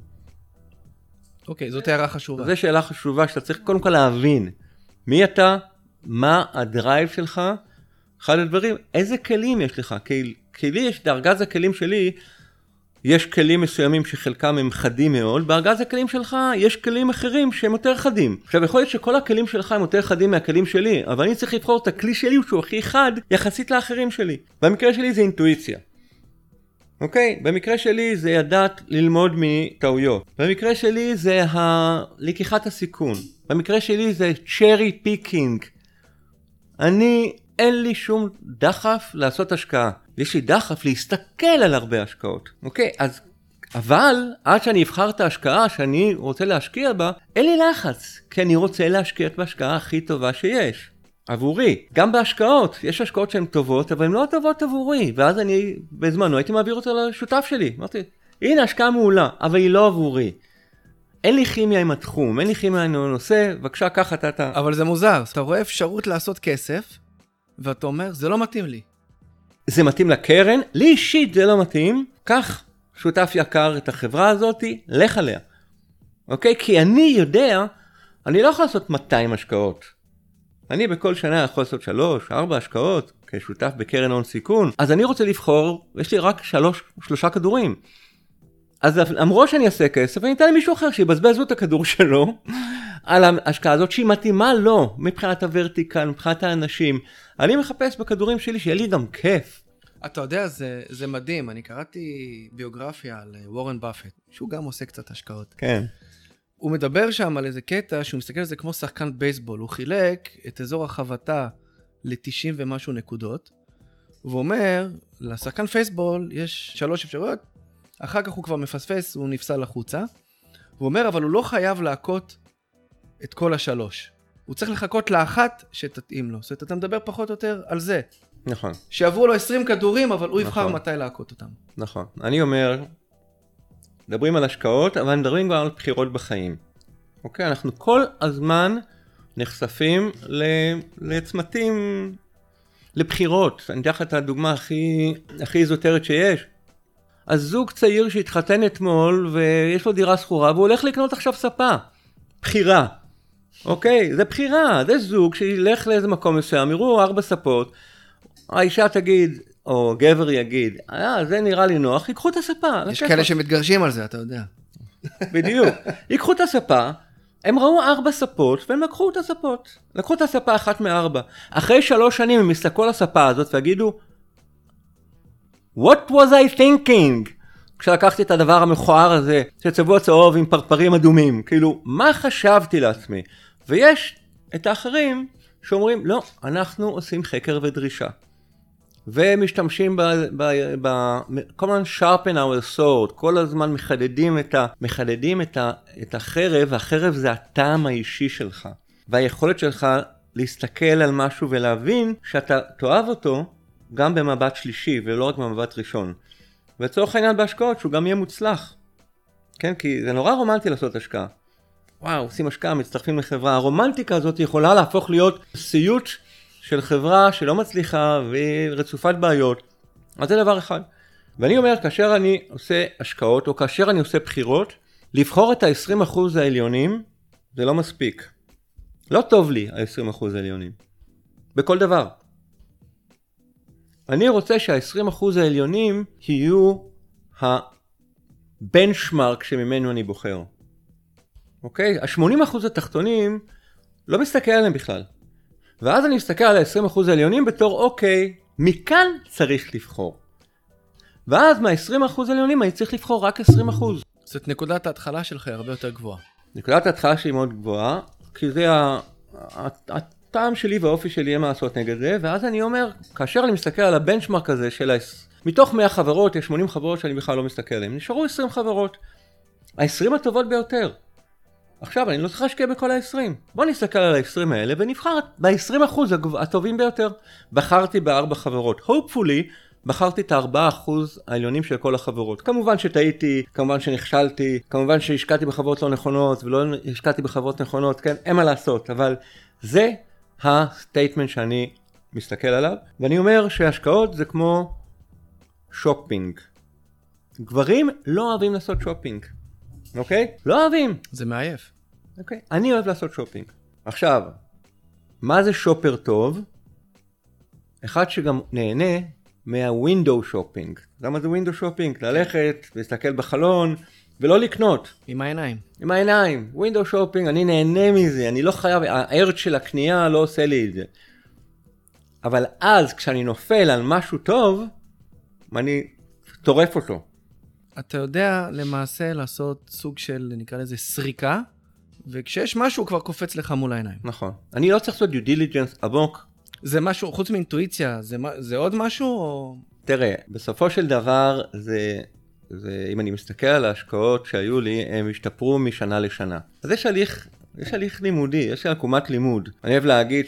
אוקיי, זאת הערה חשובה. זו שאלה חשובה שאתה צריך קודם כל להבין. מי אתה? מה הדרייב שלך? אחד הדברים, איזה כלים יש לך? כי, כי לי יש, בארגז הכלים שלי, יש כלים מסוימים שחלקם הם חדים מאוד, בארגז הכלים שלך יש כלים אחרים שהם יותר חדים. עכשיו יכול להיות שכל הכלים שלך הם יותר חדים מהכלים שלי, אבל אני צריך לבחור את הכלי שלי שהוא הכי חד יחסית לאחרים שלי. במקרה שלי זה אינטואיציה. אוקיי? במקרה שלי זה ידעת ללמוד מטעויות. במקרה שלי זה ה... לקיחת הסיכון. במקרה שלי זה cherry picking. אני, אין לי שום דחף לעשות השקעה. יש לי דחף להסתכל על הרבה השקעות. אוקיי? אז, אבל עד שאני אבחר את ההשקעה שאני רוצה להשקיע בה, אין לי לחץ. כי אני רוצה להשקיע את ההשקעה הכי טובה שיש. עבורי. גם בהשקעות. יש השקעות שהן טובות, אבל הן לא טובות עבורי. ואז אני, בזמנו, הייתי מעביר אותה לשותף שלי. אמרתי, הנה השקעה מעולה, אבל היא לא עבורי. אין לי כימיה עם התחום, אין לי כימיה עם הנושא, בבקשה, ככה אתה... אתה... אבל זה מוזר. אתה רואה אפשרות לעשות כסף, ואתה אומר, זה לא מתאים לי. זה מתאים לקרן, לי אישית זה לא מתאים, כך שותף יקר את החברה הזאת, לך עליה. אוקיי? כי אני יודע, אני לא יכול לעשות מאתיים השקעות. אני בכל שנה יכול לעשות שלוש, ארבע השקעות, כשותף בקרן הון סיכון, אז אני רוצה לבחור, יש לי רק שלוש, שלושה כדורים. אז למרות שאני אעשה כסף, אני אתן למישהו אחר שיבזבז את הכדור שלו, על ההשקעה הזאת שהיא מתאימה לו, מבחינת הוורטיקל, מבחינת האנשים. אני מחפש בכדורים שלי שיהיה לי גם כיף. אתה יודע, זה, זה מדהים. אני קראתי ביוגרפיה על וורן באפט, שהוא גם עושה קצת השקעות. כן. הוא מדבר שם על איזה קטע שהוא מסתכל על זה כמו שחקן בייסבול. הוא חילק את אזור החבטה ל-תשעים ומשהו נקודות, והוא אומר, לשחקן פייסבול יש שלוש אפשרויות, אחר כך הוא כבר מפספס, הוא נפסל לחוצה. הוא אומר, אבל הוא לא חייב להכות את כל השלוש. הוא צריך לחכות לאחת שתתאים לו. זאת אומרת, אתה מדבר פחות או יותר על זה. נכון. שעברו לו עשרים כדורים, אבל הוא נכון. יבחר מתי להכות אותם. נכון. אני אומר, מדברים על השקעות, אבל מדברים גם על בחירות בחיים. אוקיי? אנחנו כל הזמן נחשפים לצמתים, לבחירות. אני אתן לך את הדוגמה הכי, הכי איזוטרית שיש. אז זוג צעיר שהתחתן אתמול, ויש לו דירה שכורה, והוא הולך לקנות עכשיו ספה. בחירה. אוקיי? זה בחירה. זה זוג שילך לאיזה מקום מסוים, יראו ארבע ספות, האישה תגיד, או גבר יגיד, אה, זה נראה לי נוח, ייקחו את הספה. יש כאלה שמתגרשים על זה, אתה יודע. בדיוק. ייקחו את הספה, הם ראו ארבע ספות, והם לקחו את הספות. לקחו את הספה אחת מארבע. אחרי שלוש שנים הם יסתכלו על הספה הזאת ויגידו, What was I thinking? כשלקחתי את הדבר המכוער הזה, שצבוע צהוב עם פרפרים אדומים. כאילו, מה חשבתי לעצמי? ויש את האחרים שאומרים, לא, אנחנו עושים חקר ודרישה. ומשתמשים ב... ב, ב כל הזמן sharpen our sword, כל הזמן מחדדים את, ה, מחדדים את, ה, את החרב, והחרב זה הטעם האישי שלך. והיכולת שלך להסתכל על משהו ולהבין שאתה תאהב אותו גם במבט שלישי ולא רק במבט ראשון. וצורך העניין בהשקעות שהוא גם יהיה מוצלח. כן? כי זה נורא רומנטי לעשות השקעה. וואו, עושים השקעה, מצטרפים לחברה. הרומנטיקה הזאת יכולה להפוך להיות סיוט של חברה שלא מצליחה ורצופת בעיות. אז זה דבר אחד. ואני אומר, כאשר אני עושה השקעות, או כאשר אני עושה בחירות, לבחור את ה-עשרים אחוז העליונים, זה לא מספיק. לא טוב לי ה-עשרים אחוז העליונים. בכל דבר. אני רוצה שה-עשרים אחוז העליונים יהיו הבנצ'מרק שממנו אני בוחר. אוקיי? ה-שמונים אחוז התחתונים לא מסתכל עליהם בכלל. ואז אני מסתכל על ה-עשרים אחוז העליונים בתור, אוקיי, מכאן צריך לבחור. ואז מה-עשרים אחוז העליונים אני צריך לבחור רק עשרים אחוז. זאת נקודת ההתחלה שלך הרבה יותר גבוהה. נקודת ההתחלה שלי מאוד גבוהה, כי זה הטעם שלי והאופי שלי אין מה לעשות נגד זה, ואז אני אומר, כאשר אני מסתכל על הבנצ'מרק הזה של ה... מתוך מאה חברות, יש שמונים חברות שאני בכלל לא מסתכל עליהן, נשארו עשרים חברות. ה-עשרים הטובות ביותר. עכשיו, אני לא צריך להשקיע בכל ה-עשרים. בוא נסתכל על ה-עשרים האלה ונבחר ב-עשרים אחוז הטובים ביותר. בחרתי בארבע חברות. hopefully, בחרתי את ה-ארבעה אחוז העליונים של כל החברות. כמובן שטעיתי, כמובן שנכשלתי, כמובן שהשקעתי בחברות לא נכונות ולא השקעתי בחברות נכונות, כן, אין מה לעשות. אבל זה הסטייטמנט שאני מסתכל עליו. ואני אומר שהשקעות זה כמו שופינג. גברים לא אוהבים לעשות שופינג. אוקיי? לא אוהבים. זה מעייף. אוקיי? אני אוהב לעשות שופינג. עכשיו, מה זה שופר טוב? אחד שגם נהנה מהווינדו שופינג. למה זה ווינדו שופינג? ללכת, להסתכל בחלון, ולא לקנות. עם העיניים. עם העיניים. ווינדו שופינג, אני נהנה מזה, אני לא חייב, הארץ של הקנייה לא עושה לי את זה. אבל אז, כשאני נופל על משהו טוב, אני טורף אותו. אתה יודע למעשה לעשות סוג של, נקרא לזה, סריקה, וכשיש משהו כבר קופץ לך מול העיניים. נכון. אני לא צריך לעשות due diligence עמוק. זה משהו, חוץ מאינטואיציה, זה, זה עוד משהו או... תראה, בסופו של דבר, זה, זה, אם אני מסתכל על ההשקעות שהיו לי, הם השתפרו משנה לשנה. אז יש הליך, יש הליך לימודי, יש עקומת לימוד. אני אוהב להגיד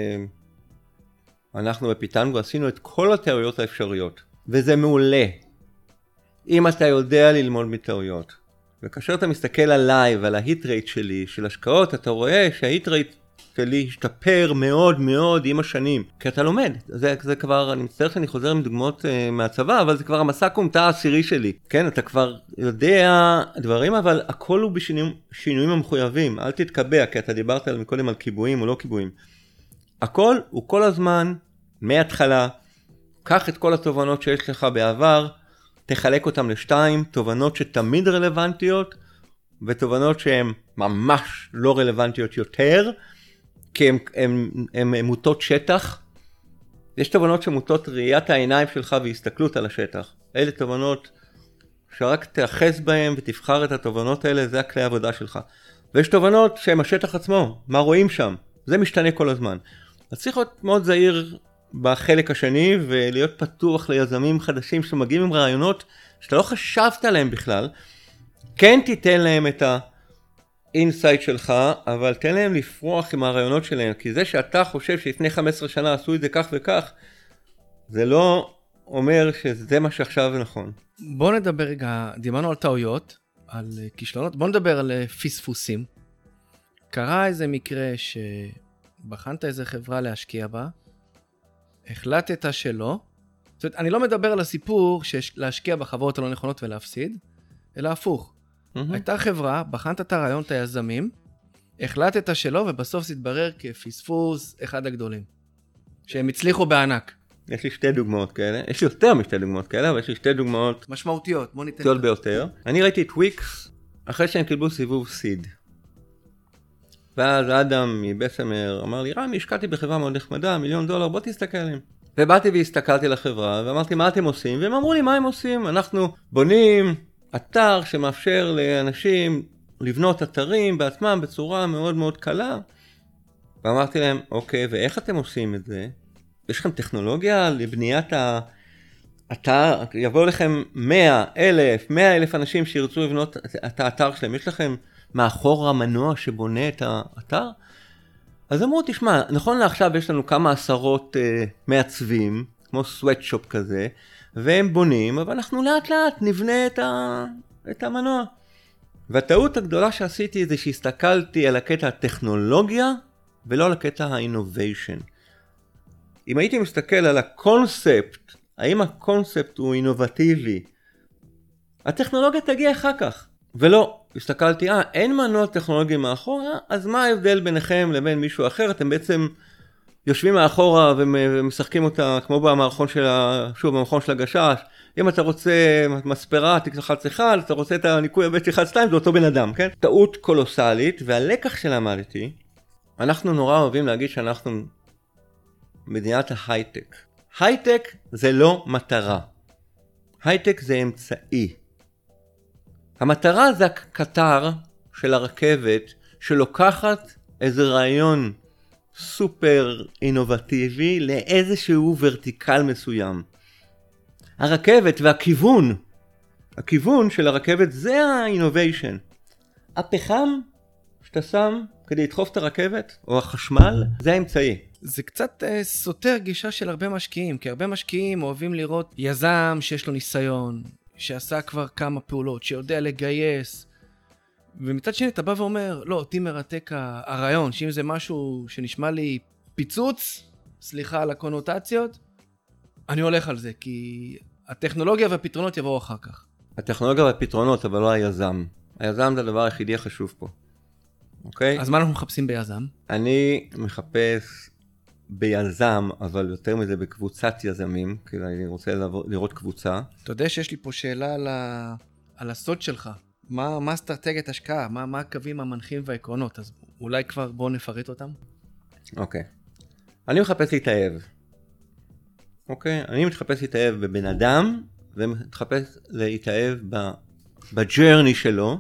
שאנחנו בפיטנגו עשינו את כל התיאוריות האפשריות, וזה מעולה. אם אתה יודע ללמוד מטעויות, וכאשר אתה מסתכל עליי ועל ההיט רייט שלי, של השקעות, אתה רואה שההיט רייט שלי השתפר מאוד מאוד עם השנים, כי אתה לומד. זה, זה כבר, אני מצטער שאני חוזר עם דוגמאות uh, מהצבא, אבל זה כבר המסע קומטה העשירי שלי. כן, אתה כבר יודע דברים, אבל הכל הוא בשינויים המחויבים. אל תתקבע, כי אתה דיברת על מקודם על קיבועים או לא קיבועים. הכל הוא כל הזמן, מההתחלה, קח את כל התובנות שיש לך בעבר, תחלק אותם לשתיים, תובנות שתמיד רלוונטיות, ותובנות שהן ממש לא רלוונטיות יותר, כי הן מוטות שטח. יש תובנות שמוטות ראיית העיניים שלך והסתכלות על השטח. אלה תובנות שרק תאחז בהן ותבחר את התובנות האלה, זה הכלי העבודה שלך. ויש תובנות שהן השטח עצמו, מה רואים שם, זה משתנה כל הזמן. אז צריך להיות מאוד זהיר בחלק השני, ולהיות פתוח ליזמים חדשים שמגיעים עם רעיונות שאתה לא חשבת עליהם בכלל. כן תיתן להם את האינסייט שלך, אבל תן להם לפרוח עם הרעיונות שלהם, כי זה שאתה חושב שלפני חמש עשרה שנה עשו את זה כך וכך, זה לא אומר שזה מה שעכשיו נכון. בוא נדבר רגע, דיברנו על טעויות, על כישלונות, בוא נדבר על פספוסים. קרה איזה מקרה שבחנת איזה חברה להשקיע בה, החלטת שלא, זאת אומרת, אני לא מדבר על הסיפור שיש להשקיע בחברות הלא נכונות ולהפסיד, אלא הפוך. Mm-hmm. הייתה חברה, בחנת את הרעיון, את היזמים, החלטת שלא, ובסוף זה התברר כפספוס אחד הגדולים. שהם הצליחו בענק. יש לי שתי דוגמאות כאלה, יש לי יותר משתי דוגמאות כאלה, אבל יש לי שתי דוגמאות משמעותיות, בוא ניתן גדול ביותר. אני ראיתי את וויקס אחרי שהם קיבלו סיבוב סיד. ואז אדם מבסמר אמר לי, רמי, השקעתי בחברה מאוד נחמדה, מיליון דולר, בוא תסתכל עליהם. ובאתי והסתכלתי לחברה, ואמרתי, מה אתם עושים? והם אמרו לי, מה הם עושים? אנחנו בונים אתר שמאפשר לאנשים לבנות אתרים בעצמם בצורה מאוד מאוד קלה. ואמרתי להם, אוקיי, ואיך אתם עושים את זה? יש לכם טכנולוגיה לבניית האתר? יבואו לכם מאה אלף, מאה אלף אנשים שירצו לבנות את האתר שלהם. יש לכם מאחור המנוע שבונה את האתר? אז אמרו, תשמע, נכון לעכשיו יש לנו כמה עשרות uh, מעצבים, כמו סוואטשופ כזה, והם בונים, אבל אנחנו לאט לאט נבנה את, ה... את המנוע. והטעות הגדולה שעשיתי זה שהסתכלתי על הקטע הטכנולוגיה, ולא על הקטע האינוביישן. אם הייתי מסתכל על הקונספט, האם הקונספט הוא אינובטיבי, הטכנולוגיה תגיע אחר כך. ולא, הסתכלתי, אה, אין מנוע טכנולוגי מאחורה, אז מה ההבדל ביניכם לבין מישהו אחר? אתם בעצם יושבים מאחורה ומשחקים אותה, כמו במערכון של, שוב, במערכון של הגשש. אם אתה רוצה מספרה, תלחץ אחד, אתה רוצה את הניקוי הבית תלחץ שתיים, זה אותו בן אדם, כן? טעות קולוסלית, והלקח שלמדתי, אנחנו נורא אוהבים להגיד שאנחנו מדינת ההייטק. הייטק זה לא מטרה. הייטק זה אמצעי. המטרה זה הקטר של הרכבת שלוקחת איזה רעיון סופר אינובטיבי לאיזשהו ורטיקל מסוים. הרכבת והכיוון, הכיוון של הרכבת זה האינוביישן. הפחם שאתה שם כדי לדחוף את הרכבת או החשמל זה האמצעי. זה קצת אה, סותר גישה של הרבה משקיעים, כי הרבה משקיעים אוהבים לראות יזם שיש לו ניסיון, שעשה כבר כמה פעולות, שיודע לגייס, ומצד שני אתה בא ואומר, לא, אותי מרתק הרעיון, שאם זה משהו שנשמע לי פיצוץ, סליחה על הקונוטציות, אני הולך על זה, כי הטכנולוגיה והפתרונות יבואו אחר כך. הטכנולוגיה והפתרונות, אבל לא היזם. היזם זה הדבר היחידי החשוב פה. אוקיי? אז מה אנחנו מחפשים ביזם? אני מחפש ביזם, אבל יותר מזה בקבוצת יזמים, כי אני רוצה לראות קבוצה. אתה יודע שיש לי פה שאלה על, ה... על הסוד שלך. מה, מה אסטרטגיית השקעה? מה, מה הקווים המנחים והעקרונות? אז אולי כבר בואו נפרט אותם? אוקיי. אני מחפש להתאהב. אוקיי? אני מתחפש להתאהב בבן אדם, ומתחפש להתאהב בג'רני שלו,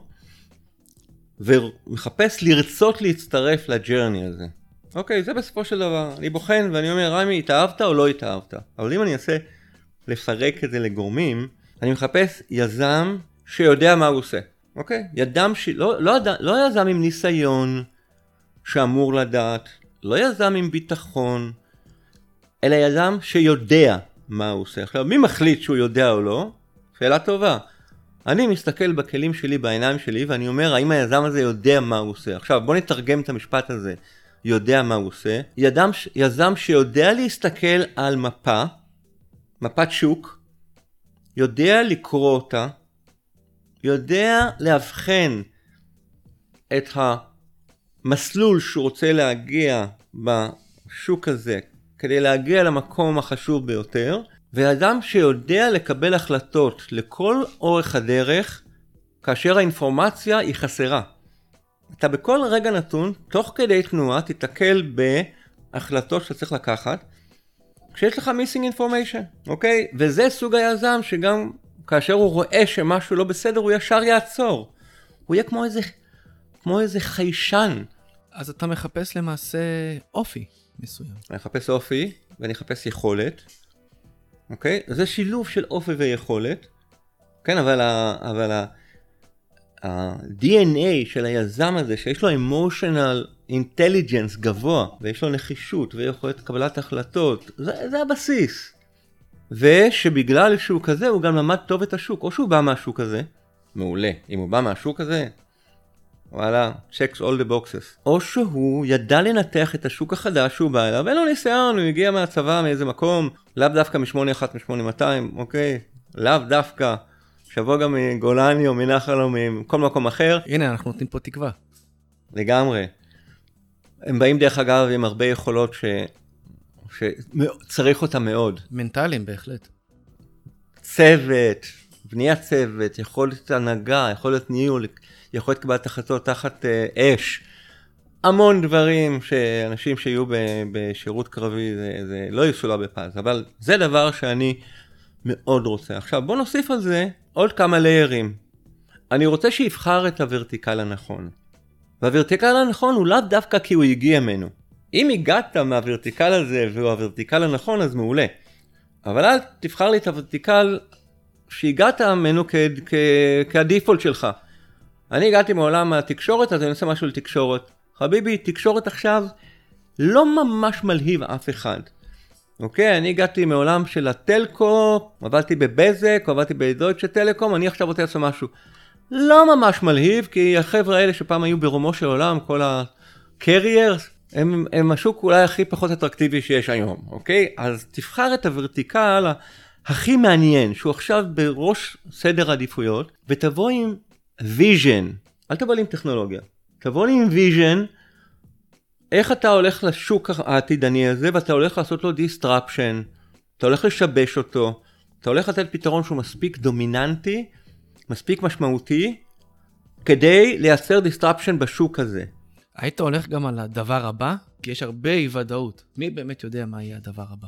ומחפש לרצות להצטרף לג'רני הזה. אוקיי, זה בסופו של דבר. אני בוחן ואני אומר, רמי, התאהבת או לא התאהבת? אבל אם אני אעשה לפרק את זה לגורמים, אני מחפש יזם שיודע מה הוא עושה. אוקיי? ידם ש... לא, לא, לא יזם עם ניסיון שאמור לדעת, לא יזם עם ביטחון, אלא יזם שיודע מה הוא עושה. עכשיו, מי מחליט שהוא יודע או לא? שאלה טובה. אני מסתכל בכלים שלי, בעיניים שלי, ואני אומר, האם היזם הזה יודע מה הוא עושה? עכשיו, בוא נתרגם את המשפט הזה. יודע מה הוא עושה. ידם, יזם שיודע להסתכל על מפה, מפת שוק, יודע לקרוא אותה, יודע להבחן את המסלול שהוא רוצה להגיע בשוק הזה, כדי להגיע למקום החשוב ביותר, ואדם שיודע לקבל החלטות לכל אורך הדרך, כאשר האינפורמציה היא חסרה. אתה בכל רגע נתון, תוך כדי תנועה, תתקל בהחלטות שאתה צריך לקחת, כשיש לך missing information, אוקיי? וזה סוג היזם שגם כאשר הוא רואה שמשהו לא בסדר, הוא ישר יעצור. הוא יהיה כמו איזה, כמו איזה חיישן. אז אתה מחפש למעשה אופי מסוים. אני מחפש אופי, ואני מחפש יכולת, אוקיי? זה שילוב של אופי ויכולת, כן, אבל ה... אבל ה... ה-די אן איי של היזם הזה, שיש לו emotional intelligence גבוה, ויש לו נחישות, ויכולת קבלת החלטות, זה, זה הבסיס. ושבגלל שהוא כזה, הוא גם למד טוב את השוק, או שהוא בא מהשוק הזה, מעולה, אם הוא בא מהשוק הזה, וואלה, checks all the boxes. או שהוא ידע לנתח את השוק החדש שהוא בא אליו, ואין לו ניסיון, הוא הגיע מהצבא מאיזה מקום, לאו דווקא מ-שמונה אחת מ-שמונה מאתיים, אוקיי? לאו דווקא. שבוא גם מגולני או מנחל או מכל מקום אחר. הנה, אנחנו נותנים פה תקווה. לגמרי. הם באים דרך אגב עם הרבה יכולות ש... שצריך אותה מאוד. מנטליים בהחלט. צוות, בניית צוות, יכולת הנהגה, יכולת ניהול, יכולת קבלת החלטות תחת אש. המון דברים שאנשים שיהיו בשירות קרבי זה, זה לא יסולא בפז, אבל זה דבר שאני מאוד רוצה. עכשיו בוא נוסיף על זה עוד כמה ליירים. אני רוצה שיבחר את הוורטיקל הנכון. והוורטיקל הנכון הוא לאו דווקא כי הוא הגיע ממנו. אם הגעת מהוורטיקל הזה והוא הוורטיקל הנכון אז מעולה. אבל אל תבחר לי את הוורטיקל שהגעת ממנו כ- כ- כהדיפולט שלך. אני הגעתי מעולם התקשורת אז אני עושה משהו לתקשורת. חביבי, תקשורת עכשיו לא ממש מלהיב אף אחד. אוקיי, אני הגעתי מעולם של הטלקו, עבדתי בבזק, עבדתי בדויטשה טלקום, אני עכשיו רוצה לעשות משהו. לא ממש מלהיב, כי החבר'ה האלה שפעם היו ברומו של עולם, כל הקריירס, הם, הם השוק אולי הכי פחות אטרקטיבי שיש היום, אוקיי? אז תבחר את הוורטיקל הכי מעניין, שהוא עכשיו בראש סדר עדיפויות, ותבוא עם ויז'ן, אל תבוא לי עם טכנולוגיה, תבוא לי עם ויז'ן, איך אתה הולך לשוק העתידני הזה, ואתה הולך לעשות לו דיסטרפשן, אתה הולך לשבש אותו, אתה הולך לתת פתרון שהוא מספיק דומיננטי, מספיק משמעותי, כדי לייצר דיסטרפשן בשוק הזה. היית הולך גם על הדבר הבא? כי יש הרבה אי ודאות. מי באמת יודע מה יהיה הדבר הבא?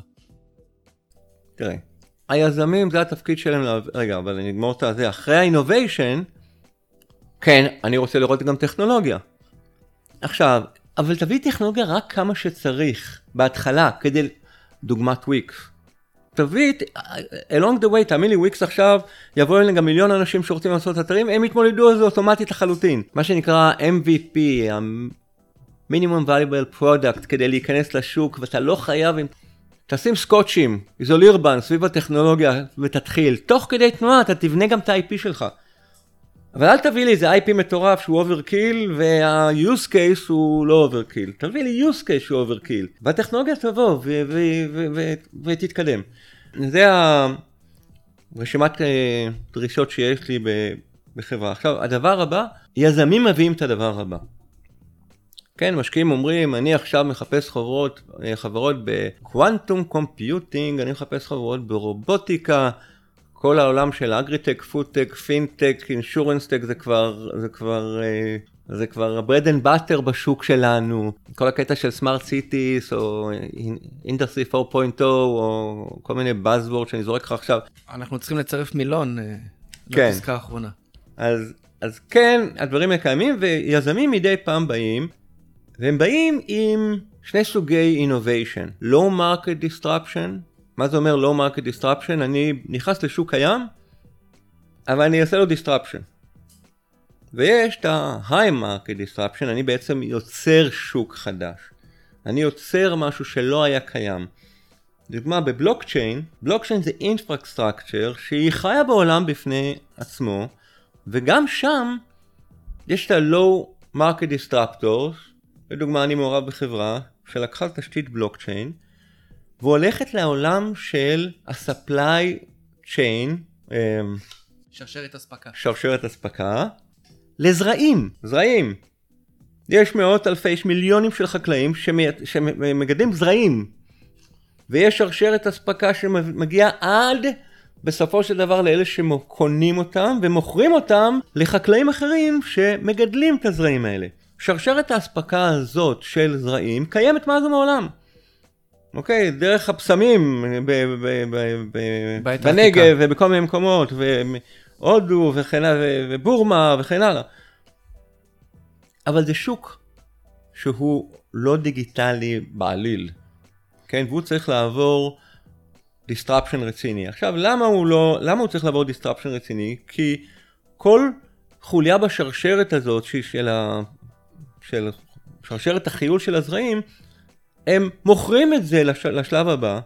תראה, היזמים זה התפקיד שלהם, רגע, אבל אני אגמור את זה, אחרי האינוביישן, כן, אני רוצה לראות גם טכנולוגיה. עכשיו, אבל תביא טכנולוגיה רק כמה שצריך, בהתחלה, כדי, דוגמת וויקס. תביא, along the way, תאמין לי, וויקס עכשיו, יבואו אלינו גם מיליון אנשים שרוצים לעשות אתרים, הם יתמודדו על זה אוטומטית לחלוטין. מה שנקרא אם וי פי, Minimum Valuable Product, כדי להיכנס לשוק, ואתה לא חייב, תשים סקוטשים, איזולירבן, סביב הטכנולוגיה, ותתחיל. תוך כדי תנועה, אתה תבנה גם את ה-איי פי שלך. אבל אל תביא לי איזה איי פי מטורף שהוא אוברקיל, וה-use case הוא לא אוברקיל. תביא לי use case שהוא אוברקיל. והטכנולוגיה תבוא ותתקדם. זה הרשימת דרישות שיש לי בחברה. עכשיו, הדבר הבא, יזמים מביאים את הדבר הבא. כן, משקיעים אומרים, אני עכשיו מחפש חברות, חברות בקוונטום קומפיוטינג, אני מחפש חברות ברובוטיקה, כל העולם של אגריטק, פודטק, פינטק, אינשורנסטק, זה כבר, זה כבר, זה כבר bread and butter בשוק שלנו. כל הקטע של סמארט סיטיס, או אינדסטרי פור פוינט או, או כל מיני buzzword שאני זורק לך עכשיו. אנחנו צריכים לצרף מילון כן. לפסקה האחרונה. אז, אז כן, הדברים הקיימים, ויזמים מדי פעם באים, והם באים עם שני סוגי innovation. low market disruption, מה זה אומר low market disruption? אני נכנס לשוק קיים, אבל אני אעשה לו disruption. ויש את ה-high market disruption, אני בעצם יוצר שוק חדש. אני יוצר משהו שלא היה קיים. דוגמה, בבלוקצ'יין, בלוקצ'יין זה infrastructure שהיא חיה בעולם בפני עצמו, וגם שם יש את ה-low market disruptors, לדוגמה אני מעורב בחברה שלקחה תשתית בלוקצ'יין, והולכת לעולם של ה-supply chain, שרשרת הספקה. שרשרת הספקה, לזרעים, זרעים. יש מאות אלפי, יש מיליונים של חקלאים שמגדלים זרעים, ויש שרשרת הספקה שמגיעה עד בסופו של דבר לאלה שקונים אותם ומוכרים אותם לחקלאים אחרים שמגדלים את הזרעים האלה. שרשרת האספקה הזאת של זרעים קיימת מאז ומעולם. אוקיי, דרך הפסמים בנגב ובכל מיני מקומות, והודו ובורמה וכן הלאה. אבל זה שוק שהוא לא דיגיטלי בעליל, כן? והוא צריך לעבור disruption רציני. עכשיו, למה הוא לא, למה הוא צריך לעבור disruption רציני? כי כל חוליה בשרשרת הזאת של ה, של שרשרת החיול של הזרעים, הם מוכרים את זה לשלב הבא,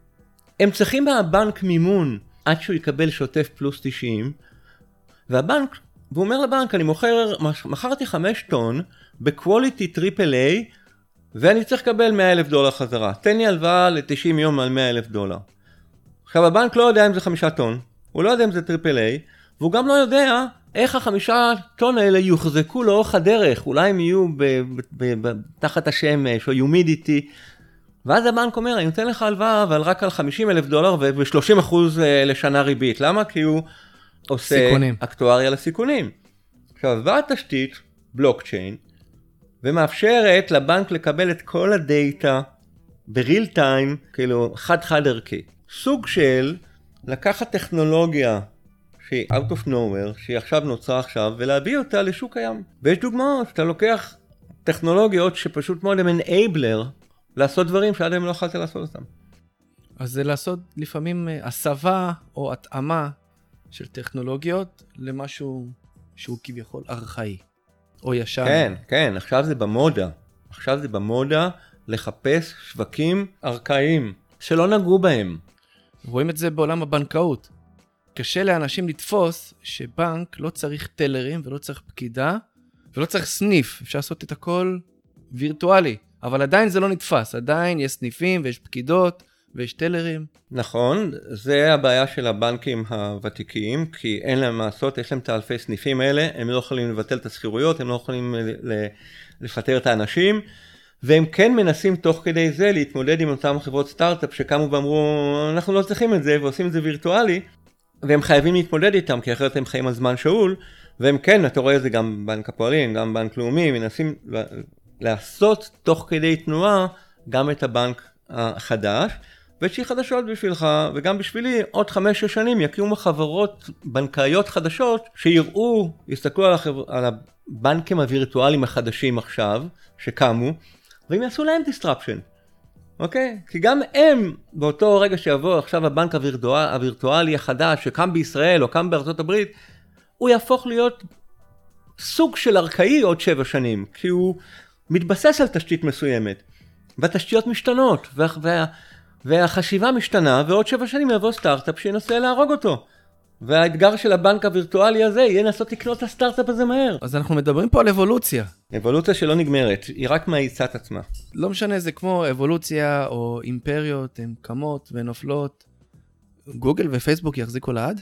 הם צריכים מהבנק מימון עד שהוא יקבל שוטף פלוס תשעים, והבנק, והוא אומר לבנק, אני מוכר, מכרתי חמש טון בקווליטי טריפל איי, ואני צריך לקבל מאה אלף דולר חזרה. תן לי הלוואה ל-תשעים יום על מאה אלף דולר. עכשיו הבנק לא יודע אם זה חמישה טון, הוא לא יודע אם זה טריפל איי, והוא גם לא יודע איך החמישה טון האלה יוחזקו לאורך הדרך, אולי הם יהיו ב- ב- ב- תחת השמש או יומידיטי, ואז הבנק אומר, אני נותן לך הלוואה, אבל רק על חמישים אלף דולר ו-שלושים אחוז לשנה ריבית. למה? כי הוא עושה סיכונים. אקטואריה לסיכונים. עכשיו, באה תשתית, בלוקצ'יין, ומאפשרת לבנק לקבל את כל הדאטה בריל טיים, כאילו חד חד ערכי. סוג של לקחת טכנולוגיה שהיא out of nowhere, שהיא עכשיו נוצרה עכשיו, ולהביא אותה לשוק קיים. ויש דוגמאות, אתה לוקח טכנולוגיות שפשוט מאוד הם enabler, לעשות דברים שעד היום לא יכולת לעשות אותם. אז זה לעשות לפעמים הסבה או התאמה של טכנולוגיות למשהו שהוא כביכול ארכאי או ישן. כן, כן, עכשיו זה במודה. עכשיו זה במודה לחפש שווקים ארכאיים שלא נגעו בהם. רואים את זה בעולם הבנקאות. קשה לאנשים לתפוס שבנק לא צריך טלרים ולא צריך פקידה ולא צריך סניף. אפשר לעשות את הכל וירטואלי. אבל עדיין זה לא נתפס, עדיין יש סניפים ויש פקידות ויש טלרים. נכון, זה הבעיה של הבנקים הוותיקים, כי אין להם לעשות, יש להם את האלפי סניפים האלה, הם לא יכולים לבטל את הסחירויות, הם לא יכולים לפטר את האנשים, והם כן מנסים תוך כדי זה להתמודד עם אותם חברות סטארט-אפ שקמו ואמרו, אנחנו לא צריכים את זה, ועושים את זה וירטואלי, והם חייבים להתמודד איתם, כי אחרת הם חיים על זמן שאול, והם כן, אתה רואה את זה גם בנק הפועלים, גם בנק לאומי, מנסים לעשות תוך כדי תנועה גם את הבנק החדש, ושיהי חדשות בשבילך, וגם בשבילי, עוד חמש שש שנים יקימו חברות בנקאיות חדשות, שיראו, יסתכלו על, החבר... על הבנקים הווירטואליים החדשים עכשיו, שקמו, והם יעשו להם disruption. אוקיי? כי גם הם, באותו רגע שיבוא עכשיו הבנק הווירטואל... הווירטואלי החדש, שקם בישראל או קם בארצות הברית, הוא יהפוך להיות סוג של ארכאי עוד שבע שנים, כי הוא מתבסס על תשתית מסוימת, והתשתיות משתנות, וה, וה, והחשיבה משתנה, ועוד שבע שנים יבוא סטארט-אפ שינסה להרוג אותו. והאתגר של הבנק הווירטואלי הזה יהיה לנסות לקנות את הסטארט-אפ הזה מהר. אז אנחנו מדברים פה על אבולוציה. אבולוציה שלא נגמרת, היא רק מאיצה את עצמה. לא משנה, זה כמו אבולוציה או אימפריות, הן קמות ונופלות. גוגל ופייסבוק יחזיקו לעד?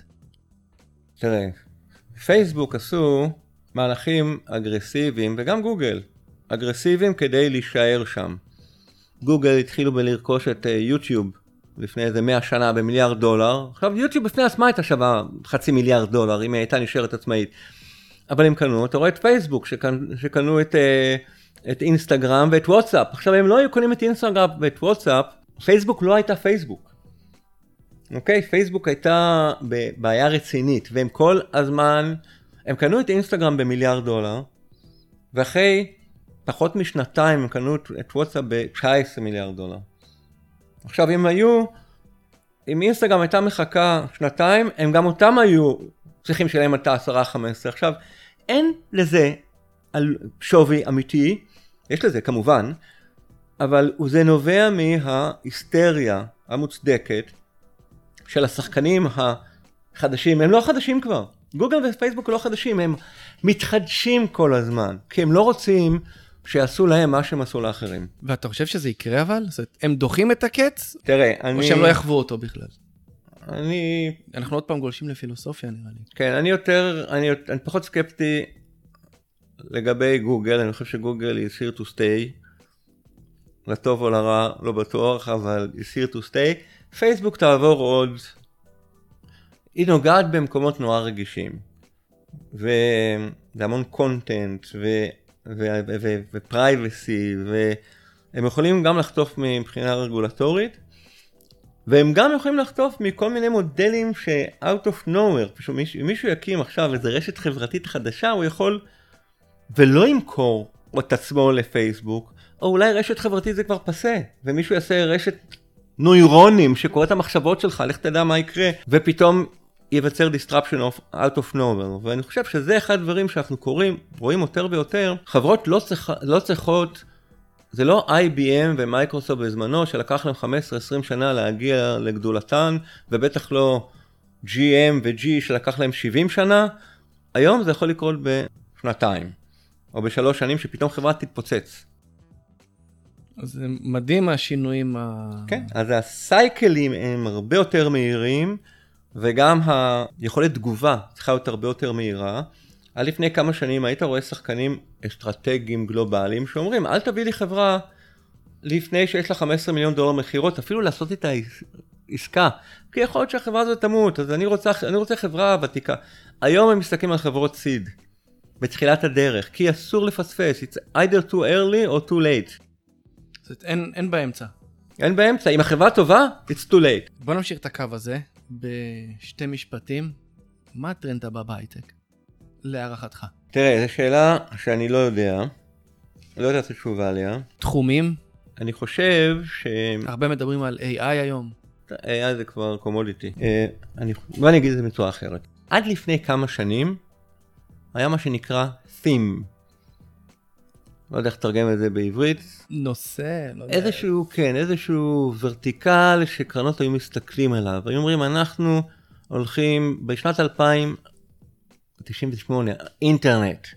תראה, פייסבוק עשו מהלכים אגרסיביים, וגם גוגל, אגרסיביים כדי להישאר שם. גוגל התחילו בלרכוש את יוטיוב לפני איזה מאה שנה במיליארד דולר. עכשיו יוטיוב בפני עצמה הייתה שווה חצי מיליארד דולר, אם היא הייתה נשארת עצמאית. אבל הם קנו, אתה רואה את פייסבוק שקנו, שקנו את, את אינסטגרם ואת וואטסאפ. עכשיו הם לא היו קונים את אינסטגרם ואת וואטסאפ, פייסבוק לא הייתה פייסבוק. אוקיי? פייסבוק הייתה בבעיה רצינית, והם כל הזמן, הם קנו את אינסטגרם במיליארד דולר, ואחרי פחות משנתיים הם קנו את וואטסאפ ב-תשע עשרה מיליארד דולר. עכשיו אם היו, אם אינסטגרם הייתה מחכה שנתיים, הם גם אותם היו צריכים שלהם את ה-עשר חמש עשרה. עכשיו, אין לזה על שווי אמיתי, יש לזה כמובן, אבל זה נובע מההיסטריה המוצדקת של השחקנים החדשים. הם לא חדשים כבר. גוגל ופייסבוק לא חדשים, הם מתחדשים כל הזמן, כי הם לא רוצים שיעשו להם מה שהם עשו לאחרים. ואתה חושב שזה יקרה אבל? זאת אומרת, הם דוחים את הקץ? תראה, אני... או שהם לא יחוו אותו בכלל? אני... אנחנו עוד פעם גולשים לפילוסופיה נראה לי. כן, אני יותר, אני, אני פחות סקפטי לגבי גוגל, אני חושב שגוגל is here to stay, לטוב או לרע, לא בטוח, אבל is here to stay. פייסבוק תעבור עוד היא נוגעת במקומות נורא רגישים. וזה המון קונטנט, ופרייבסי, והם יכולים גם לחטוף מבחינה רגולטורית, והם גם יכולים לחטוף מכל מיני מודלים ש-out of nowhere, פשוט מישהו, מישהו יקים עכשיו איזו רשת חברתית חדשה, הוא יכול ולא ימכור את עצמו לפייסבוק, או אולי רשת חברתית זה כבר פסה, ומישהו יעשה רשת נוירונים שקורא את המחשבות שלך, לך תדע מה יקרה, ופתאום ייווצר disruption of out of nowhere, ואני חושב שזה אחד הדברים שאנחנו קוראים, רואים יותר ויותר, חברות לא, צריך, לא צריכות, זה לא איי בי אם ומייקרוסופט בזמנו, שלקח להם חמש עשרה עשרים שנה להגיע לגדולתן, ובטח לא ג'י אם ו-G שלקח להם שבעים שנה, היום זה יכול לקרות בשנתיים, או בשלוש שנים שפתאום חברה תתפוצץ. אז זה מדהים השינויים. כן, אז הסייקלים הם הרבה יותר מהירים, וגם היכולת תגובה צריכה להיות הרבה יותר מהירה. על לפני כמה שנים היית רואה שחקנים אסטרטגיים גלובליים שאומרים, אל תביא לי חברה לפני שיש לה חמישה עשר מיליון דולר מחירות, אפילו לעשות את העסקה, כי יכול להיות שהחברה הזאת תמות, אז אני רוצה, אני רוצה חברה ותיקה. היום הם מסתכלים על חברות סיד, בתחילת הדרך, כי אסור לפספס, it's either too early or too late. זאת, אין, אין באמצע. אין באמצע, אם החברה טובה, it's too late. בוא נמשיך את הקו הזה, בשתי משפטים, מה הטרנד הבא בהייטק? להערכתך. תראה, זו שאלה שאני לא יודע, לא יודעת תשובה עליה. תחומים? אני חושב ש... הרבה מדברים על איי איי היום. איי איי זה כבר קומודיטי. אני... בוא אני אגיד את זה בצורה אחרת. עד לפני כמה שנים, היה מה שנקרא theme. לא יודע איך תרגם את זה בעברית. נושא, לא יודע. איזשהו, כן, איזשהו ורטיקל שקרנות היו מסתכלים עליו. היו אומרים, אנחנו הולכים בשנת אלפיים תשעים ושמונה, אינטרנט.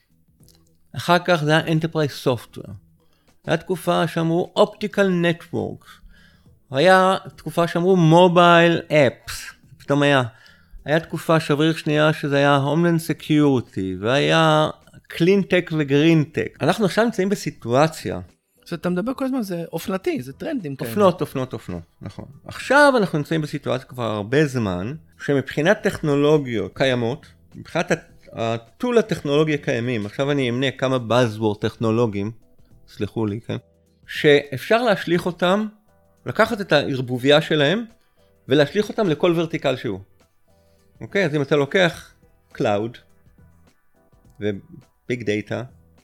אחר כך זה היה Enterprise Software. היה תקופה שאמרו Optical Networks. היה תקופה שאמרו Mobile Apps. פתאום היה. היה תקופה שבריר שנייה שזה היה Homeland Security, והיה Clean Tech ו-Green Tech. אנחנו עכשיו נמצאים בסיטואציה. אז אתה מדבר כל הזמן, זה אופנתי, זה טרנדים כאלה. אופנות, אופנות, אופנות, נכון. עכשיו אנחנו נמצאים בסיטואציה כבר הרבה זמן, שמבחינת טכנולוגיות קיימות, מבחינת הטול הטכנולוגיה קיימים, עכשיו אני אמנה כמה buzzword טכנולוגיים, סלחו לי, כן? שאפשר להשליך אותם, לקחת את הערבוביה שלהם, ולהשליך אותם לכל ורטיקל שהוא. אוקיי, אז אם אתה לוקח Cloud, וביג דאטה,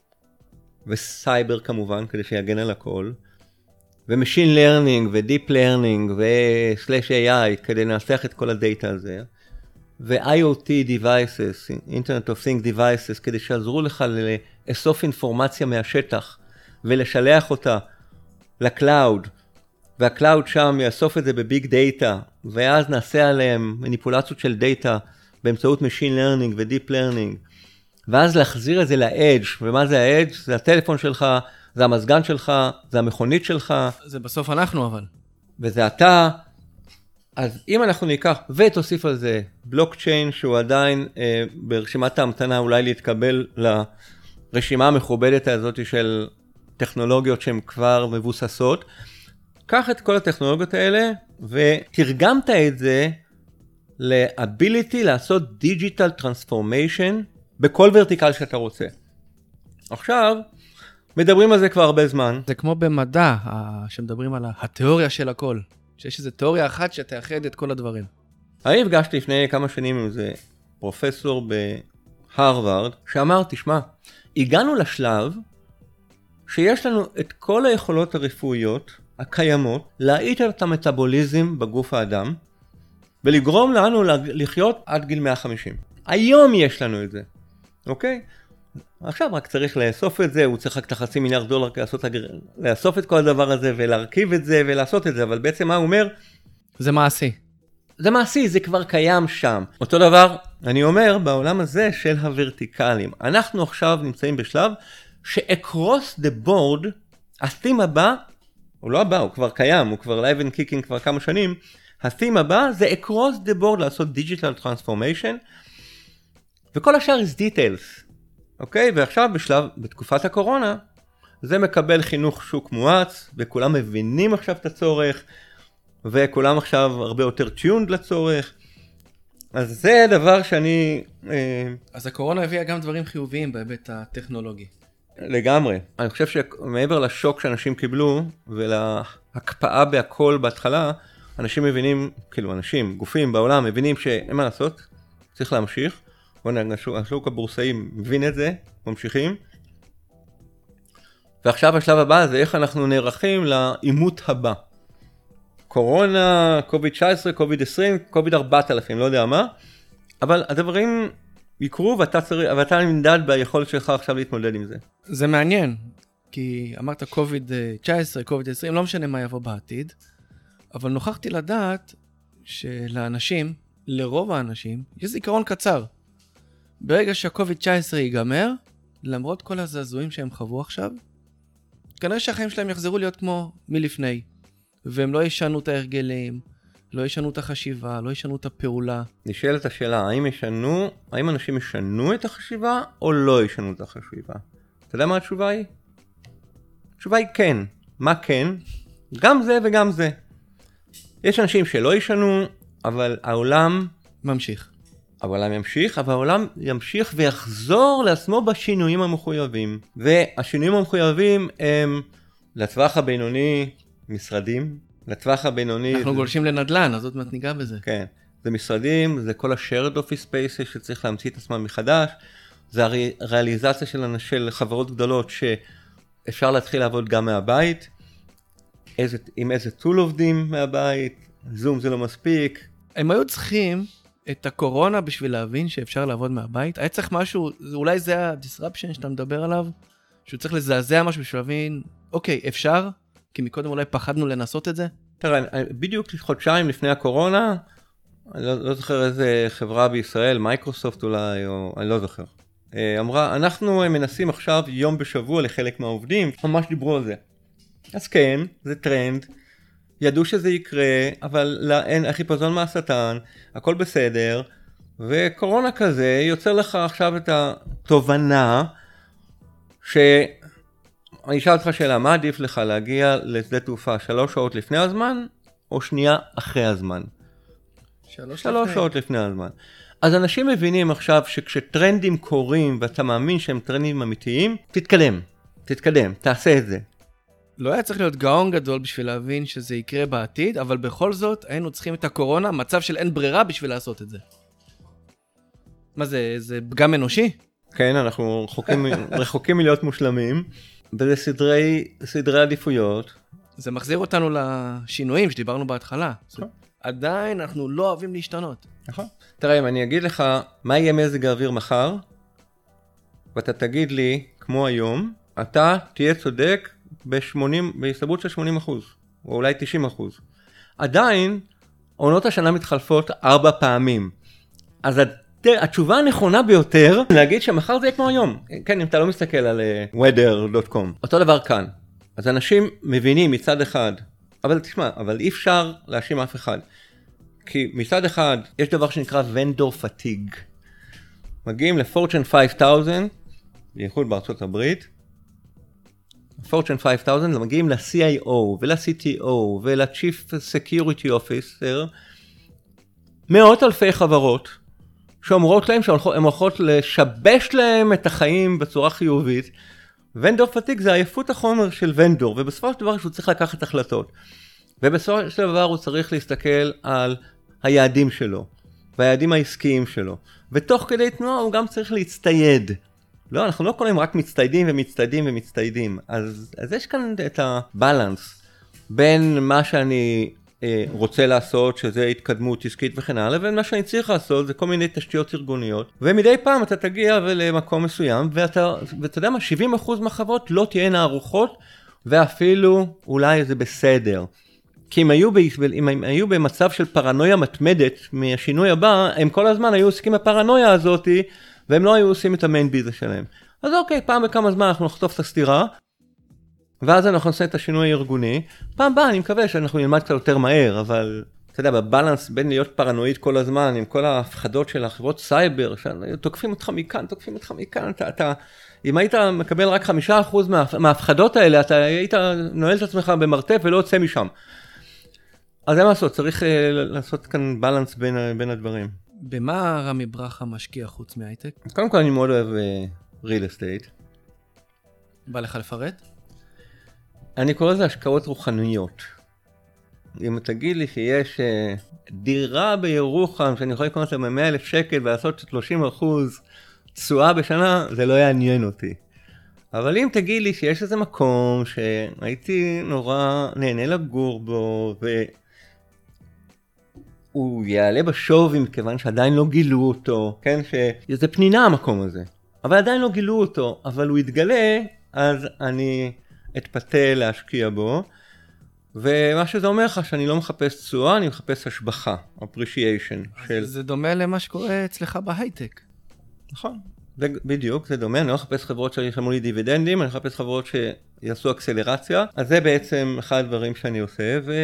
וסייבר כמובן, כדי שיגן על הכל, ומשין לרנינג, ודיפ לרנינג, וסלש איי איי, כדי לנסח את כל הדאטה הזה, ו-איי או טי devices, Internet of Things devices, כדי שיעזרו לך לאסוף אינפורמציה מהשטח, ולשלח אותה לקלאוד, והקלאוד שם יאסוף את זה בביג דאטה, ואז נעשה עליהם מניפולציות של דאטה, באמצעות Machine Learning ו-Deep Learning, ואז להחזיר את זה ל-Edge, ומה זה ה-Edge? זה הטלפון שלך, זה המזגן שלך, זה המכונית שלך. זה בסוף אנחנו אבל. וזה אתה. אז אם אנחנו ניקח ותוסיף על זה בלוקצ'יין, שהוא עדיין אה, ברשימת ההמתנה אולי להתקבל לרשימה המכובדת הזאת של טכנולוגיות שהן כבר מבוססות, קח את כל הטכנולוגיות האלה ותרגמת את זה ל-ability לעשות digital transformation בכל ורטיקל שאתה רוצה. עכשיו, מדברים על זה כבר הרבה זמן. זה כמו במדע, שמדברים על התיאוריה של הכל. שיש איזו תיאוריה אחת שתאחד את כל הדברים. אני הפגשתי לפני כמה שנים עם איזה פרופסור בהרווארד, שאמר, תשמע, הגענו לשלב שיש לנו את כל היכולות הרפואיות הקיימות, להאיט את המטאבוליזם בגוף האדם, ולגרום לנו לחיות עד גיל מאה וחמישים. היום יש לנו את זה. אוקיי? עכשיו רק צריך לאסוף את זה, הוא צריך רק את החצי מיליארד דולר לעשות, לאסוף את כל הדבר הזה ולהרכיב את זה ולעשות את זה, אבל בעצם מה הוא אומר? זה מעשי. זה מעשי, זה כבר קיים שם. אותו דבר, אני אומר, בעולם הזה של הוורטיקלים. אנחנו עכשיו נמצאים בשלב ש-across the board, ה-theme הבא, הוא לא הבא, הוא כבר קיים, הוא כבר live and kicking כבר כמה שנים, ה-theme הבא זה across the board לעשות digital transformation, וכל השאר is details, אוקיי? ועכשיו בשלב, בתקופת הקורונה, זה מקבל חינוך שוק מואץ, וכולם מבינים עכשיו את הצורך, וכולם עכשיו הרבה יותר tuned לצורך, אז זה דבר שאני... אז הקורונה הביאה גם דברים חיוביים בהיבט הטכנולוגי. לגמרי. אני חושב שמעבר לשוק שאנשים קיבלו, ולהקפאה בהכל בהתחלה, אנשים מבינים, כאילו אנשים, גופים בעולם, מבינים שאין מה לעשות, צריך להמשיך. השוק הבורסאי מבין את זה, ממשיכים. ועכשיו השלב הבא זה איך אנחנו נערכים לאימות הבא. קורונה, קוביד תשע עשרה, קוביד עשרים, קוביד ארבעת אלפים, לא יודע מה. אבל הדברים יקרו ואתה, צריך, ואתה נמדד ביכולת שלך עכשיו להתמודד עם זה. זה מעניין, כי אמרת קוביד תשע עשרה, קוביד עשרים, לא משנה מה יבוא בעתיד, אבל נוכחתי לדעת שלאנשים, לרוב האנשים, יש זיכרון קצר. ברגע שהקוביד תשע עשרה ייגמר, למרות כל הזעזועים שהם חוו עכשיו, כנראה שהחיים שלהם יחזרו להיות כמו מלפני, והם לא ישנו את ההרגלים, לא ישנו את החשיבה, לא ישנו את הפעולה. נשאלת השאלה, האם ישנו, האם אנשים ישנו את החשיבה, או לא ישנו את החשיבה? אתה יודע מה התשובה היא? התשובה היא כן. מה כן? גם זה וגם זה. יש אנשים שלא ישנו, אבל העולם... ממשיך. העולם ימשיך, אבל העולם ימשיך ויחזור לעצמו בשינויים המחויבים. והשינויים המחויבים הם לטווח הבינוני משרדים, לטווח הבינוני... אנחנו זה... גולשים לנדלן, אז עוד מעט ניגע בזה. כן, זה משרדים, זה כל ה-shared office spaces שצריך להמציא את עצמם מחדש, זה הריאליזציה של, של חברות גדולות שאפשר להתחיל לעבוד גם מהבית, איזה, עם איזה טול עובדים מהבית, זום זה לא מספיק. הם היו צריכים את הקורונה בשביל להבין שאפשר לעבוד מהבית, היה צריך משהו, אולי זה ה-disruption שאתה מדבר עליו, שהוא צריך לזעזע משהו בשביל להבין, אוקיי, אפשר? כי מקודם אולי פחדנו לנסות את זה? תראה, בדיוק חודשיים לפני הקורונה, אני לא, לא זוכר איזה חברה בישראל, מייקרוסופט אולי, או אני לא זוכר, אמרה, אנחנו מנסים עכשיו יום בשבוע לחלק מהעובדים, ממש דיברו על זה. אז כן, זה טרנד, ידעו שזה יקרה, אבל לא, אין החיפזון מהשטן, הכל בסדר, וקורונה כזה יוצר לך עכשיו את התובנה, ש... אני אשאל אותך שאלה, מה עדיף לך להגיע לשדה תעופה שלוש שעות לפני הזמן, או שנייה אחרי הזמן? שלוש, שלוש שעות לפני הזמן. אז אנשים מבינים עכשיו שכשטרנדים קורים, ואתה מאמין שהם טרנדים אמיתיים, תתקדם, תתקדם, תעשה את זה. לא היה צריך להיות גאון גדול בשביל להבין שזה יקרה בעתיד, אבל בכל זאת היינו צריכים את הקורונה, מצב של אין ברירה בשביל לעשות את זה. מה זה, זה פגם אנושי? כן, אנחנו רחוקים, רחוקים מלהיות מושלמים. וזה סדרי, סדרי עדיפויות. זה מחזיר אותנו לשינויים שדיברנו בהתחלה. עדיין אנחנו לא אוהבים להשתנות. נכון. תראה, אם אני אגיד לך מה יהיה מזג האוויר מחר, ואתה תגיד לי, כמו היום, אתה תהיה צודק ב-שמונים, בהסתברות של שמונים אחוז, או אולי תשעים אחוז. עדיין, עונות השנה מתחלפות ארבע פעמים. אז התשובה הנכונה ביותר, להגיד שמחר זה יהיה כמו היום. כן, אם אתה לא מסתכל על weather דוט קום. אותו דבר כאן. אז אנשים מבינים מצד אחד, אבל תשמע, אבל אי אפשר להאשים אף אחד. כי מצד אחד, יש דבר שנקרא vendor fatigue. מגיעים ל-Fortune חמשת אלפים, בייחוד בארצות הברית, Fortune חמשת אלפים, מגיעים ל-סי איי או ול-סי טי או ול-Chief Security Officer, מאות אלפי חברות, שאומרות להם שהן הולכות לשבש להם את החיים בצורה חיובית. ונדור פתיק זה עייפות החומר של ונדור, ובסופו של דבר שהוא צריך לקחת החלטות. ובסופו של דבר הוא צריך להסתכל על היעדים שלו, והיעדים העסקיים שלו. ותוך כדי תנועה הוא גם צריך להצטייד. לא, אנחנו לא כולם רק מצטיידים ומצטיידים ומצטיידים. אז, אז יש כאן את הבלנס בין מה שאני רוצה לעשות, שזה התקדמות עסקית וכן הלאה, ומה שאני צריך לעשות זה כל מיני תשתיות ארגוניות, ומדי פעם אתה תגיע למקום מסוים, ואתה, ואתה יודע מה, שבעים אחוז מהחברות לא תהיינה ערוכות, ואפילו אולי זה בסדר. כי אם היו, ב, אם הם היו במצב של פרנויה מתמדת מהשינוי הבא, הם כל הזמן היו עוסקים בפרנויה הזאת, והם לא היו עושים את המיין ביזנס שלהם. אז אוקיי, פעם בכמה זמן אנחנו נחטוף את הסתירה, ואז אנחנו נעשה את השינוי הארגוני. פעם הבאה אני מקווה שאנחנו נלמד קצת יותר מהר, אבל אתה יודע, בבלנס בין להיות פרנואיד כל הזמן, עם כל ההפחדות של החברות סייבר, שתוקפים אותך מכאן, תוקפים אותך מכאן, אתה, אתה, אם היית מקבל רק חמישה אחוז מה, מההפחדות האלה, אתה היית נועל את עצמך במרתף ולא יוצא משם. אז אין מה לעשות, צריך לעשות כאן בלנס בין, בין הדברים. במה רמי ברכה משקיע חוץ מהייטק? קודם כל אני מאוד אוהב uh, real estate. בא לך לפרט? אני קורא לזה השקעות רוחניות. אם תגיד לי שיש uh, דירה בירוחם שאני יכול לקנות אותה ב-מאה אלף שקל ולעשות שלושים אחוז תשואה בשנה, זה לא יעניין אותי. אבל אם תגיד לי שיש איזה מקום שהייתי נורא נהנה לגור בו, והוא יעלה בשווי מכיוון שעדיין לא גילו אותו, כן? שזה פנינה המקום הזה. אבל עדיין לא גילו אותו, אבל הוא יתגלה, אז אני אתפתה להשקיע בו. ומה שזה אומר לך שאני לא מחפש תשואה, אני מחפש השבחה, appreciation. של... זה דומה למה שקורה אצלך בהייטק. נכון. זה, בדיוק, זה דומה, אני לא מחפש חברות שישלמו לי דיבידנדים, אני מחפש חברות שיעשו אקסלרציה, אז זה בעצם אחד הדברים שאני עושה, ו...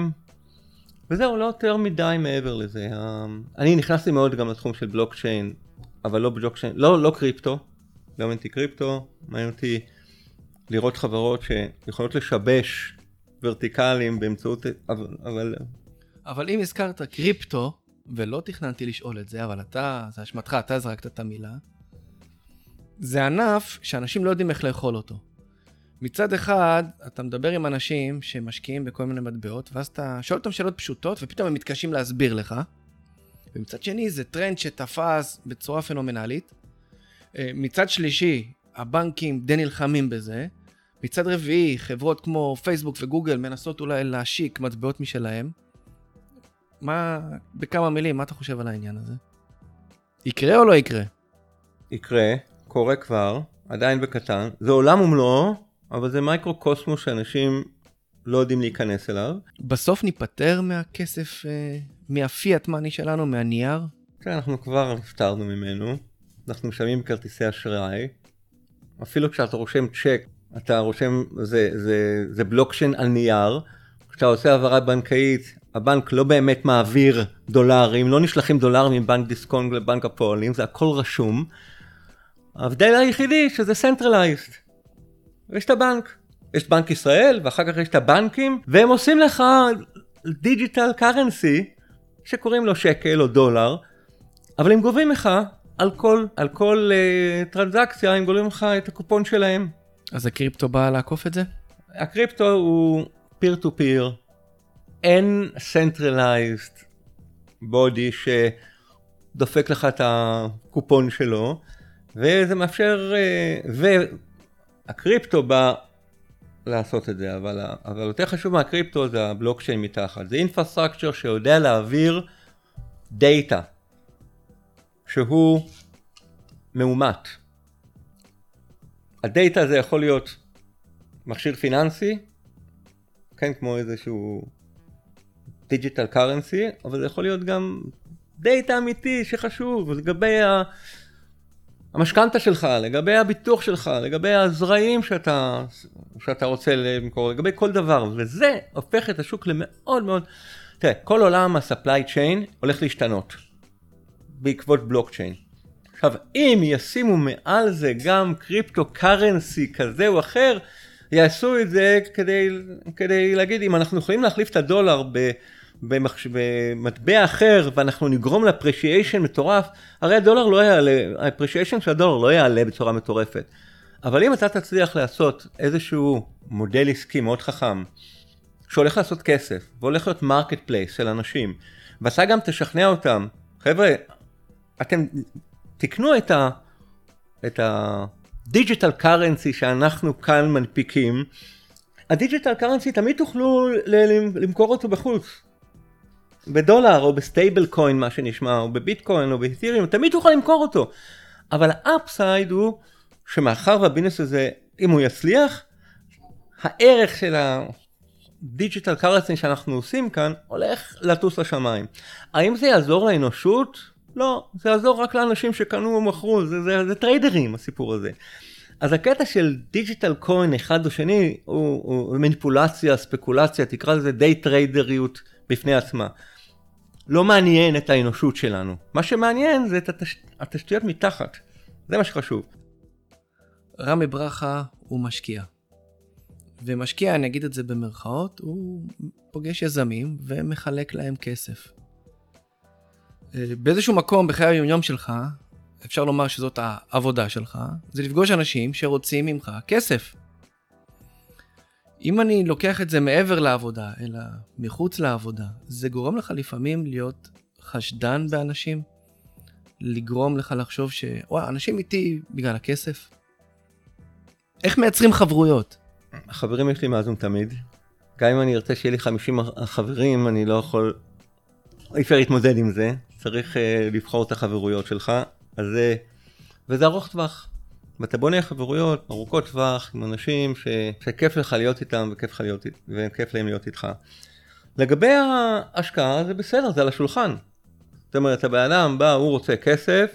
וזהו, לא יותר מדי מעבר לזה. אני נכנסתי מאוד גם לתחום של בלוקצ'יין, אבל לא בלוקצ'יין, לא, לא קריפטו, לא מעניין אותי קריפטו, מעניין אותי לראות חברות שיכולות לשבש ורטיקלים באמצעות, אבל... אבל, אבל אם הזכרת קריפטו, ולא תכננתי לשאול את זה, אבל אתה, זה אשמתך, אתה זרקת את המילה, זה ענף שאנשים לא יודעים איך לאכול אותו. מצד אחד, אתה מדבר עם אנשים שמשקיעים בכל מיני מטבעות, ואז אתה שואל אותם שאלות פשוטות, ופתאום הם מתקשים להסביר לך. ומצד שני, זה טרנד שתפס בצורה פנומנלית. מצד שלישי, הבנקים די נלחמים בזה. מצד רביעי, חברות כמו פייסבוק וגוגל מנסות אולי להשיק מטבעות משלהם. מה, בכמה מילים, מה אתה חושב על העניין הזה? יקרה או לא יקרה? יקרה, קורה כבר, עדיין בקטן. זה עולם ומלואו, אבל זה מייקרו-קוסמוס שאנשים לא יודעים להיכנס אליו. בסוף ניפטר מהכסף, מהפיאט מאני שלנו, מהנייר? כן, אנחנו כבר נפטרנו ממנו. אנחנו משלמים כרטיסי אשראי. אפילו כשאתה רושם צ'ק, אתה רושם, זה, זה, זה בלוקצ'יין על נייר. כשאתה עושה העברה בנקאית, הבנק לא באמת מעביר דולרים, לא נשלחים דולרים מבנק דיסקונט לבנק הפועלים, זה הכל רשום. ההבדל היחידי שזה centralized. יש את הבנק, יש את בנק ישראל, ואחר כך יש את הבנקים, והם עושים לך דיג'יטל קרנסי, שקוראים לו שקל או דולר, אבל הם גובים לך על כל, על כל uh, טרנזקציה, הם גובים לך את הקופון שלהם. אז הקריפטו בא לעקוף את זה? הקריפטו הוא peer to peer, אין centralized body שדופק לך את הקופון שלו, וזה מאפשר, והקריפטו בא לעשות את זה, אבל, אבל יותר חשוב מהקריפטו זה הבלוקצ'יין מתחת. זה infrastructure שיודע להעביר דאטה, שהוא מאומת. הדאטה הזה יכול להיות מכשיר פיננסי, כן, כמו איזשהו דיג'יטל קרנסי, אבל זה יכול להיות גם דאטה אמיתי שחשוב, לגבי ה... המשכנתה שלך, לגבי הביטוח שלך, לגבי הזרעים שאתה, שאתה רוצה למכור, לגבי כל דבר, וזה הופך את השוק למאוד מאוד, תראה, כל עולם ה-supply chain הולך להשתנות, בעקבות בלוקצ'יין. עכשיו, אם ישימו מעל זה גם קריפטו קרנסי כזה או אחר, יעשו את זה כדי, כדי להגיד, אם אנחנו יכולים להחליף את הדולר ב... במחש... במטבע אחר, ואנחנו נגרום לאפרישיישן מטורף, הרי הדולר לא יעלה, האפרישיישן של הדולר לא יעלה בצורה מטורפת. אבל אם אתה תצליח לעשות איזשהו מודל עסקי מאוד חכם, שהולך לעשות כסף, והולך להיות מרקט פלייס של אנשים, ואתה גם תשכנע אותם, חבר'ה, אתם תקנו את ה... את הדיג'יטל קרנסי שאנחנו כאן מנפיקים, הדיג'יטל קרנסי תמיד תוכלו למכור אותו בחוץ. בדולר או בסטייבל קוין מה שנשמע, או בביטקוין או באת'ריום, תמיד תוכל למכור אותו. אבל האפסייד הוא שמאחר והבינס הזה, אם הוא יצליח, הערך של הדיג'יטל קרנסי שאנחנו עושים כאן, הולך לטוס לשמיים. האם זה יעזור לאנושות? לא, זה יעזור רק לאנשים שקנו ומכרו, זה, זה, זה טריידרים הסיפור הזה. אז הקטע של דיג'יטל קוין אחד או שני, הוא, הוא מניפולציה, ספקולציה, תקרא לזה די טריידריות בפני עצמה. לא מעניין את האנושות שלנו. מה שמעניין זה את התש... התשתיות מתחת. זה מה שחשוב. רמי ברכה הוא משקיע. ומשקיע, אני אגיד את זה במרכאות, הוא פוגש יזמים ומחלק להם כסף. באיזשהו מקום בחיי היום-יום שלך, אפשר לומר שזאת העבודה שלך, זה לפגוש אנשים שרוצים ממך כסף. אם אני לוקח את זה מעבר לעבודה, אלא מחוץ לעבודה, זה גורם לך לפעמים להיות חשדן באנשים, לגרום לך לחשוב ש... וואו, אנשים איתי בגלל הכסף. איך מייצרים חברויות? החברים יש לי מאז ומתמיד. גם אם אני ארצה שיהיה לי חמישים חברים, אני לא יכול... אי אפשר להתמודד עם זה. צריך uh, לבחור את החברויות שלך. אז זה... וזה ארוך טווח. ואתה בונה חברויות ארוכות טווח עם אנשים ש... שכיף לך להיות איתם וכיף, לך להיות... וכיף להם להיות איתך. לגבי ההשקעה זה בסדר, זה על השולחן. זאת אומרת, הבן אדם בא, הוא רוצה כסף,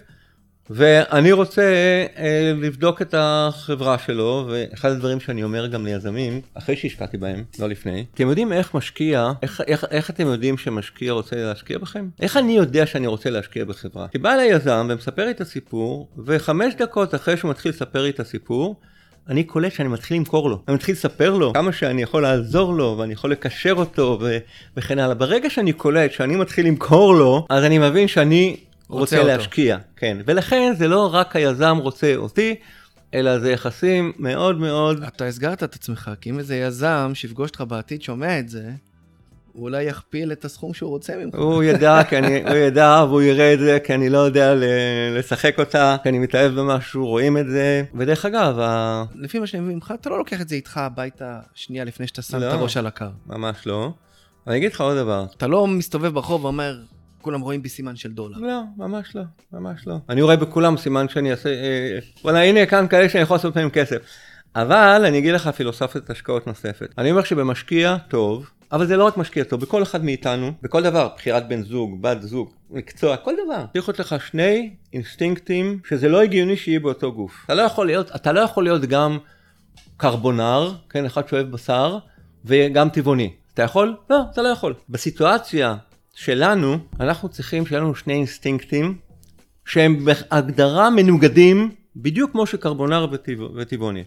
ואני רוצה אה, לבדוק את החברה שלו, ואחד הדברים שאני אומר גם ליזמים, אחרי שהשקעתי בהם, לא לפני, אתם יודעים איך משקיע, איך, איך, איך אתם יודעים שמשקיע רוצה להשקיע בכם? איך אני יודע שאני רוצה להשקיע בחברה? כי בא אליי יזם ומספר לי את הסיפור, וחמש דקות אחרי שהוא מתחיל לספר לי את הסיפור, אני קולט שאני מתחיל למכור לו, אני מתחיל לספר לו כמה שאני יכול לעזור לו, ואני יכול לקשר אותו, ו- וכן הלאה. ברגע שאני קולט שאני מתחיל למכור לו, אז אני מבין שאני רוצה, רוצה להשקיע. כן, ולכן זה לא רק היזם רוצה אותי, אלא זה יחסים מאוד מאוד... אתה הסגרת את עצמך, כי אם איזה יזם שיפגוש אותך בעתיד שומע את זה, הוא אולי יכפיל את הסכום שהוא רוצה ממך. הוא ידע, כי אני, הוא ידע, והוא יראה את זה, כי אני לא יודע לשחק אותה, כי אני מתאהב במשהו, רואים את זה. ודרך אגב, ה... לפי מה שאני מבין ממך, אתה לא לוקח את זה איתך הביתה שנייה לפני שאתה שם לא, את הראש על הקר. ממש לא. אני אגיד לך עוד דבר. אתה לא מסתובב ברחוב ואומר, כולם רואים בי סימן של דולר. לא, ממש לא, ממש לא. אני רואה בכולם סימן שאני אעשה, אה, וואלה, הנה כאן כאלה שאני יכול לעשות מהם כסף. אבל אני אגיד לך פילוסופית השקעות נוספת. אני אומר שבמשקיע טוב, אבל זה לא רק משקיע טוב, בכל אחד מאיתנו, בכל דבר, בחירת בן זוג, בת זוג, מקצוע, כל דבר. צריך להיות לך שני אינסטינקטים שזה לא הגיוני שיהיה באותו גוף. אתה לא יכול להיות, אתה לא יכול להיות גם קרבונר, כן, אחד שאוהב בשר, וגם טבעוני. אתה יכול? לא, אתה לא יכול. בסיטואציה שלנו, אנחנו צריכים שיהיה לנו שני אינסטינקטים, שהם בהגדרה מנוגדים, בדיוק כמו שקרבונר וטבעוני.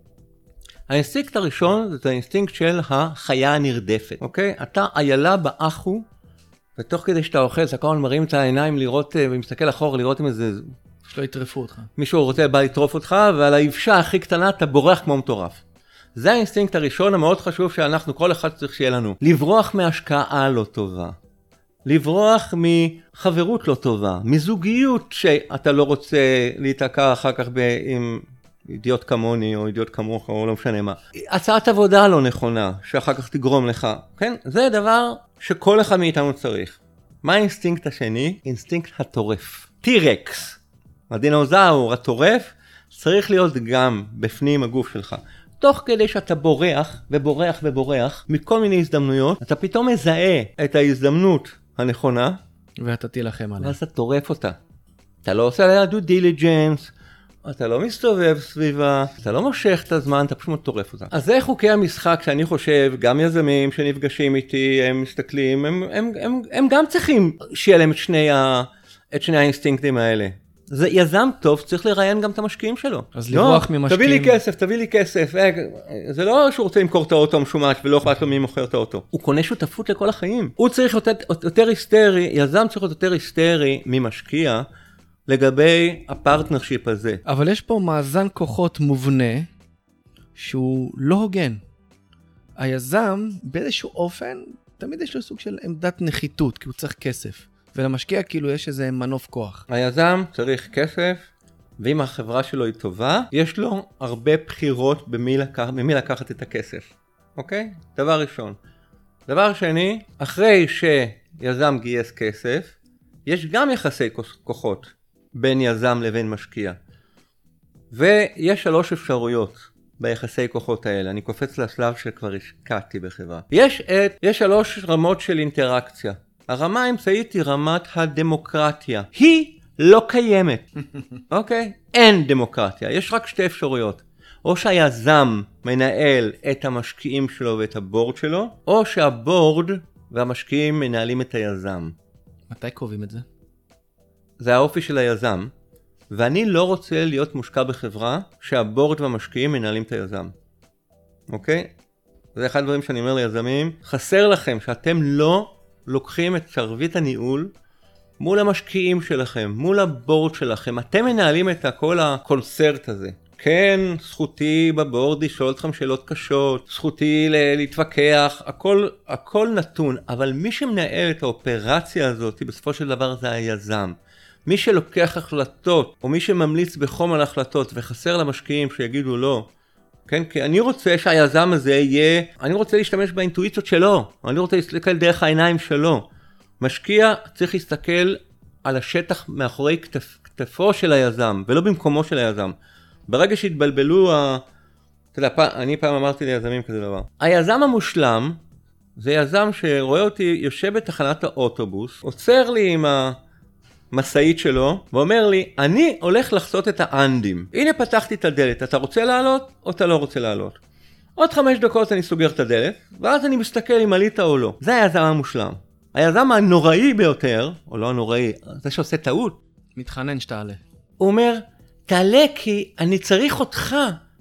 האינסטינקט הראשון זה האינסטינקט של החיה הנרדפת, אוקיי? אתה איילה באחו, ותוך כדי שאתה אוכל, אתה כל הזמן מרים את העיניים לראות, ומסתכל אחורה לראות אם איזה... שלא יטרפו אותך. מישהו רוצה בא לטרוף אותך, ועל היבשה הכי קטנה אתה בורח כמו מטורף. זה האינסטינקט הראשון המאוד חשוב שאנחנו, כל אחד צריך שיהיה לנו. לברוח מהשקעה לא טובה. לברוח מחברות לא טובה. מזוגיות שאתה לא רוצה להתעקע אחר כך עם... אידיוט כמוני או אידיוט כמוך או לא משנה מה. הצעת עבודה לא נכונה שאחר כך תגרום לך. כן? זה דבר שכל אחד מאיתנו צריך. מה האינסטינקט השני? אינסטינקט הטורף. טירקס. הדינוזאור הטורף צריך להיות גם בפנים הגוף שלך. תוך כדי שאתה בורח ובורח ובורח מכל מיני הזדמנויות, אתה פתאום מזהה את ההזדמנות הנכונה. ואתה תילחם עליה. ואז אתה טורף אותה. אתה לא עושה עליה דו דיליג'נס. אתה לא מסתובב סביבה, אתה לא מושך את הזמן, אתה פשוט מטורף אותה. אז זה חוקי המשחק שאני חושב, גם יזמים שנפגשים איתי, הם מסתכלים, הם, הם, הם, הם גם צריכים שיהיה להם את שני, ה, את שני האינסטינקטים האלה. זה יזם טוב, צריך לראיין גם את המשקיעים שלו. אז לברוח לא, ממשקיעים... תביא לי כסף, תביא לי כסף. זה לא שהוא רוצה למכור את האוטו משומש, ולא אכפת לו מי מוכר את האוטו. הוא קונה שותפות לכל החיים. הוא צריך יותר, יותר היסטרי, יזם צריך להיות יותר היסטרי ממשקיע, לגבי הפרטנרשיפ הזה. אבל יש פה מאזן כוחות מובנה שהוא לא הוגן. היזם באיזשהו אופן תמיד יש לו סוג של עמדת נחיתות, כי הוא צריך כסף. ולמשקיע כאילו יש איזה מנוף כוח. היזם צריך כסף, ואם החברה שלו היא טובה, יש לו הרבה בחירות במי לקח, במי לקחת את הכסף. אוקיי? דבר ראשון. דבר שני, אחרי שיזם גייס כסף, יש גם יחסי כוחות. בין יזם לבין משקיע. ויש שלוש אפשרויות ביחסי כוחות האלה. אני קופץ לשלב שכבר השקעתי בחברה. יש, את, יש שלוש רמות של אינטראקציה. הרמה האמצעית היא רמת הדמוקרטיה. היא לא קיימת. אוקיי? אין דמוקרטיה. יש רק שתי אפשרויות. או שהיזם מנהל את המשקיעים שלו ואת הבורד שלו, או שהבורד והמשקיעים מנהלים את היזם. מתי קובעים את זה? זה האופי של היזם, ואני לא רוצה להיות מושקע בחברה שהבורד והמשקיעים מנהלים את היזם. אוקיי? זה אחד הדברים שאני אומר ליזמים, חסר לכם שאתם לא לוקחים את שרביט הניהול מול המשקיעים שלכם, מול הבורד שלכם, אתם מנהלים את כל הקונצרט הזה. כן, זכותי בבורד לשאול אתכם שאלות קשות, זכותי להתווכח, הכל, הכל נתון, אבל מי שמנהל את האופרציה הזאת, בסופו של דבר זה היזם. מי שלוקח החלטות, או מי שממליץ בחום על החלטות, וחסר למשקיעים שיגידו לא, כן, כי אני רוצה שהיזם הזה יהיה, אני רוצה להשתמש באינטואיציות שלו, אני רוצה להסתכל דרך העיניים שלו. משקיע צריך להסתכל על השטח מאחורי כתף, כתפו של היזם, ולא במקומו של היזם. ברגע שהתבלבלו, ה... אתה יודע, פעם, אני פעם אמרתי ליזמים כזה דבר. היזם המושלם, זה יזם שרואה אותי יושב בתחנת האוטובוס, עוצר לי עם המסעית שלו, ואומר לי, אני הולך לחצות את האנדים. הנה פתחתי את הדלת, אתה רוצה לעלות או אתה לא רוצה לעלות? עוד חמש דקות אני סוגר את הדלת, ואז אני מסתכל אם עלית או לא. זה היזם המושלם. היזם הנוראי ביותר, או לא הנוראי, זה שעושה טעות. מתחנן שתעלה. הוא אומר, תעלה כי אני צריך אותך,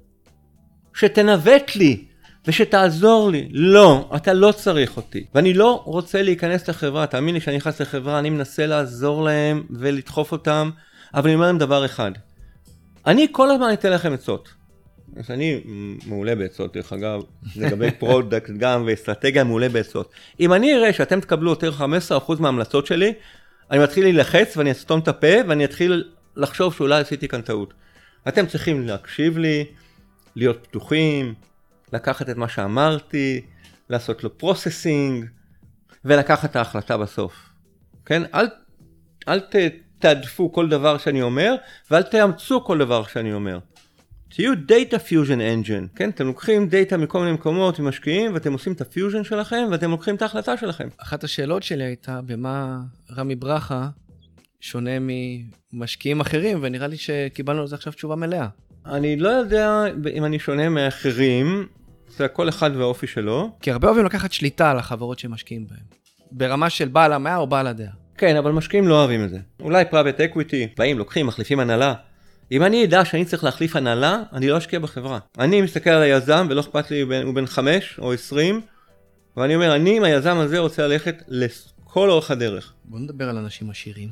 שתנווט לי ושתעזור לי. לא, אתה לא צריך אותי. ואני לא רוצה להיכנס לחברה, תאמין לי שאני נכנס לחברה, אני מנסה לעזור להם ולדחוף אותם, אבל אני אומר להם דבר אחד. אני כל הזמן אתן לכם עצות. אז אני מעולה בעצות, דרך אגב, לגבי פרודקט גם ואסטרטגיה מעולה בעצות. אם אני אראה שאתם תקבלו יותר חמישה עשר אחוז מההמלצות שלי, אני מתחיל להילחץ ואני אסתום את הפה ואני אתחיל לחשוב שאולי עשיתי כאן טעות. אתם צריכים להקשיב לי, להיות פתוחים, לקחת את מה שאמרתי, לעשות לו פרוססינג, ולקחת את ההחלטה בסוף. כן? אל, אל ת, תעדפו כל דבר שאני אומר, ואל תאמצו כל דבר שאני אומר. תהיו Data Fusion Engine, כן? אתם לוקחים דאטה מכל מיני מקומות ומשקיעים, ואתם עושים את הפיוז'ן שלכם, ואתם לוקחים את ההחלטה שלכם. אחת השאלות שלי הייתה, במה רמי ברכה שונה ממשקיעים אחרים, ונראה לי שקיבלנו על זה עכשיו תשובה מלאה. אני לא יודע אם אני שונה מאחרים, זה כל אחד והאופי שלו. כי הרבה אוהבים לקחת שליטה על החברות שמשקיעים בהן. ברמה של בעל המאה או בעל הדעה. כן, אבל משקיעים לא אוהבים את זה. אולי private equity, באים, לוקחים, מחליפים הנהלה. אם אני ידע שאני צריך להחליף הנהלה, אני לא אשקיע בחברה. אני מסתכל על היזם, ולא אכפת לי, הוא בן חמש או עשרים, ואני אומר, אני עם היזם הזה רוצה ללכת לכל אורך הדרך. בוא נדבר על אנשים עשירים.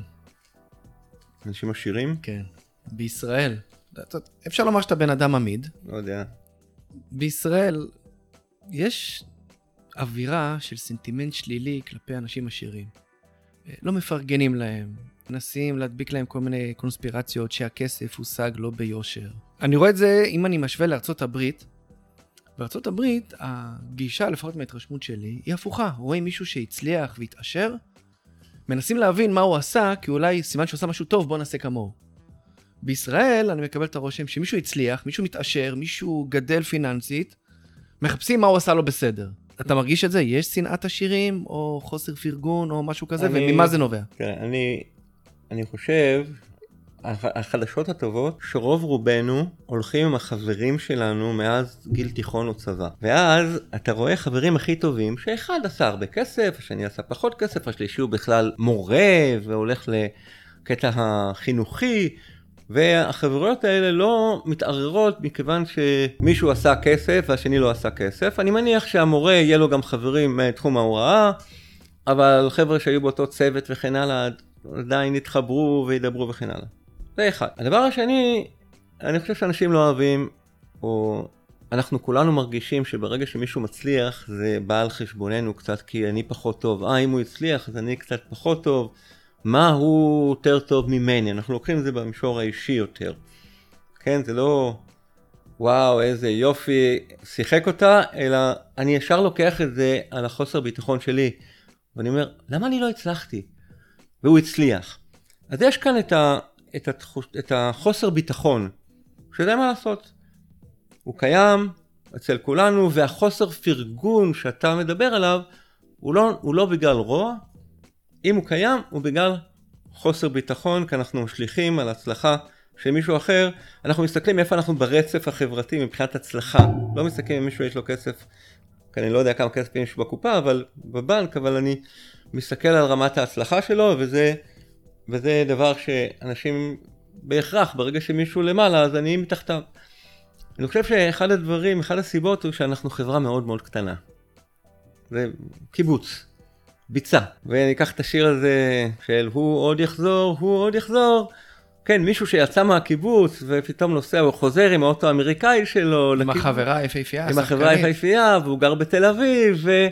אנשים עשירים? כן. בישראל, אפשר לומר שאתה בן אדם עמיד. לא יודע. בישראל יש אווירה של סנטימנט שלילי כלפי אנשים עשירים. לא מפרגנים להם, מנסים להדביק להם כל מיני קונספירציות שהכסף הושג לא ביושר. אני רואה את זה אם אני משווה לארצות הברית. בארצות הברית הגישה, לפחות מההתרשמות שלי, היא הפוכה. רואים מישהו שהצליח והתעשר, מנסים להבין מה הוא עשה, כי אולי סימן שהוא עשה משהו טוב, בוא נעשה כמוהו. בישראל אני מקבל את הרושם שמישהו הצליח, מישהו מתעשר, מישהו גדל פיננסית, מחפשים מה הוא עשה לו בסדר. אתה מרגיש את זה? יש שנאת עשירים, או חוסר פרגון, או משהו כזה, אני, וממה זה נובע? כן, אני, אני חושב, החדשות הטובות, שרוב רובנו הולכים עם החברים שלנו מאז גיל תיכון או צבא. ואז אתה רואה חברים הכי טובים, שאחד עשה הרבה כסף, השני עשה פחות כסף, השלישי הוא בכלל מורה, והולך לקטע החינוכי, והחברויות האלה לא מתערערות מכיוון שמישהו עשה כסף והשני לא עשה כסף. אני מניח שהמורה יהיה לו גם חברים מתחום ההוראה, אבל חבר'ה שהיו באותו צוות וכן הלאה עדיין יתחברו וידברו וכן הלאה. זה אחד. הדבר השני, אני חושב שאנשים לא אוהבים, או אנחנו כולנו מרגישים שברגע שמישהו מצליח זה בא על חשבוננו קצת כי אני פחות טוב. אה, אם הוא הצליח אז אני קצת פחות טוב. מה הוא יותר טוב ממני? אנחנו לוקחים את זה במישור האישי יותר. כן, זה לא וואו, איזה יופי, שיחק אותה, אלא אני ישר לוקח את זה על החוסר ביטחון שלי. ואני אומר, למה אני לא הצלחתי? והוא הצליח. אז יש כאן את, ה, את, התחוש, את החוסר ביטחון, שזה מה לעשות. הוא קיים אצל כולנו, והחוסר פרגון שאתה מדבר עליו, הוא לא, הוא לא בגלל רוע, אם הוא קיים, הוא בגלל חוסר ביטחון, כי אנחנו משליכים על הצלחה של מישהו אחר. אנחנו מסתכלים איפה אנחנו ברצף החברתי מבחינת הצלחה. לא מסתכלים אם מישהו יש לו כסף, כי אני לא יודע כמה כסף יש בקופה, אבל בבנק, אבל אני מסתכל על רמת ההצלחה שלו, וזה, וזה דבר שאנשים בהכרח, ברגע שמישהו למעלה, אז אני מתחתיו. אני חושב שאחד הדברים, אחד הסיבות הוא שאנחנו חברה מאוד מאוד קטנה. זה קיבוץ. ביצה. וניקח את השיר הזה של הוא עוד יחזור, הוא עוד יחזור. כן, מישהו שיצא מהקיבוץ ופתאום נוסע, הוא חוזר עם האוטו האמריקאי שלו. עם החברה היפהפייה. עם החברה היפהפייה, והוא גר בתל אביב, ו...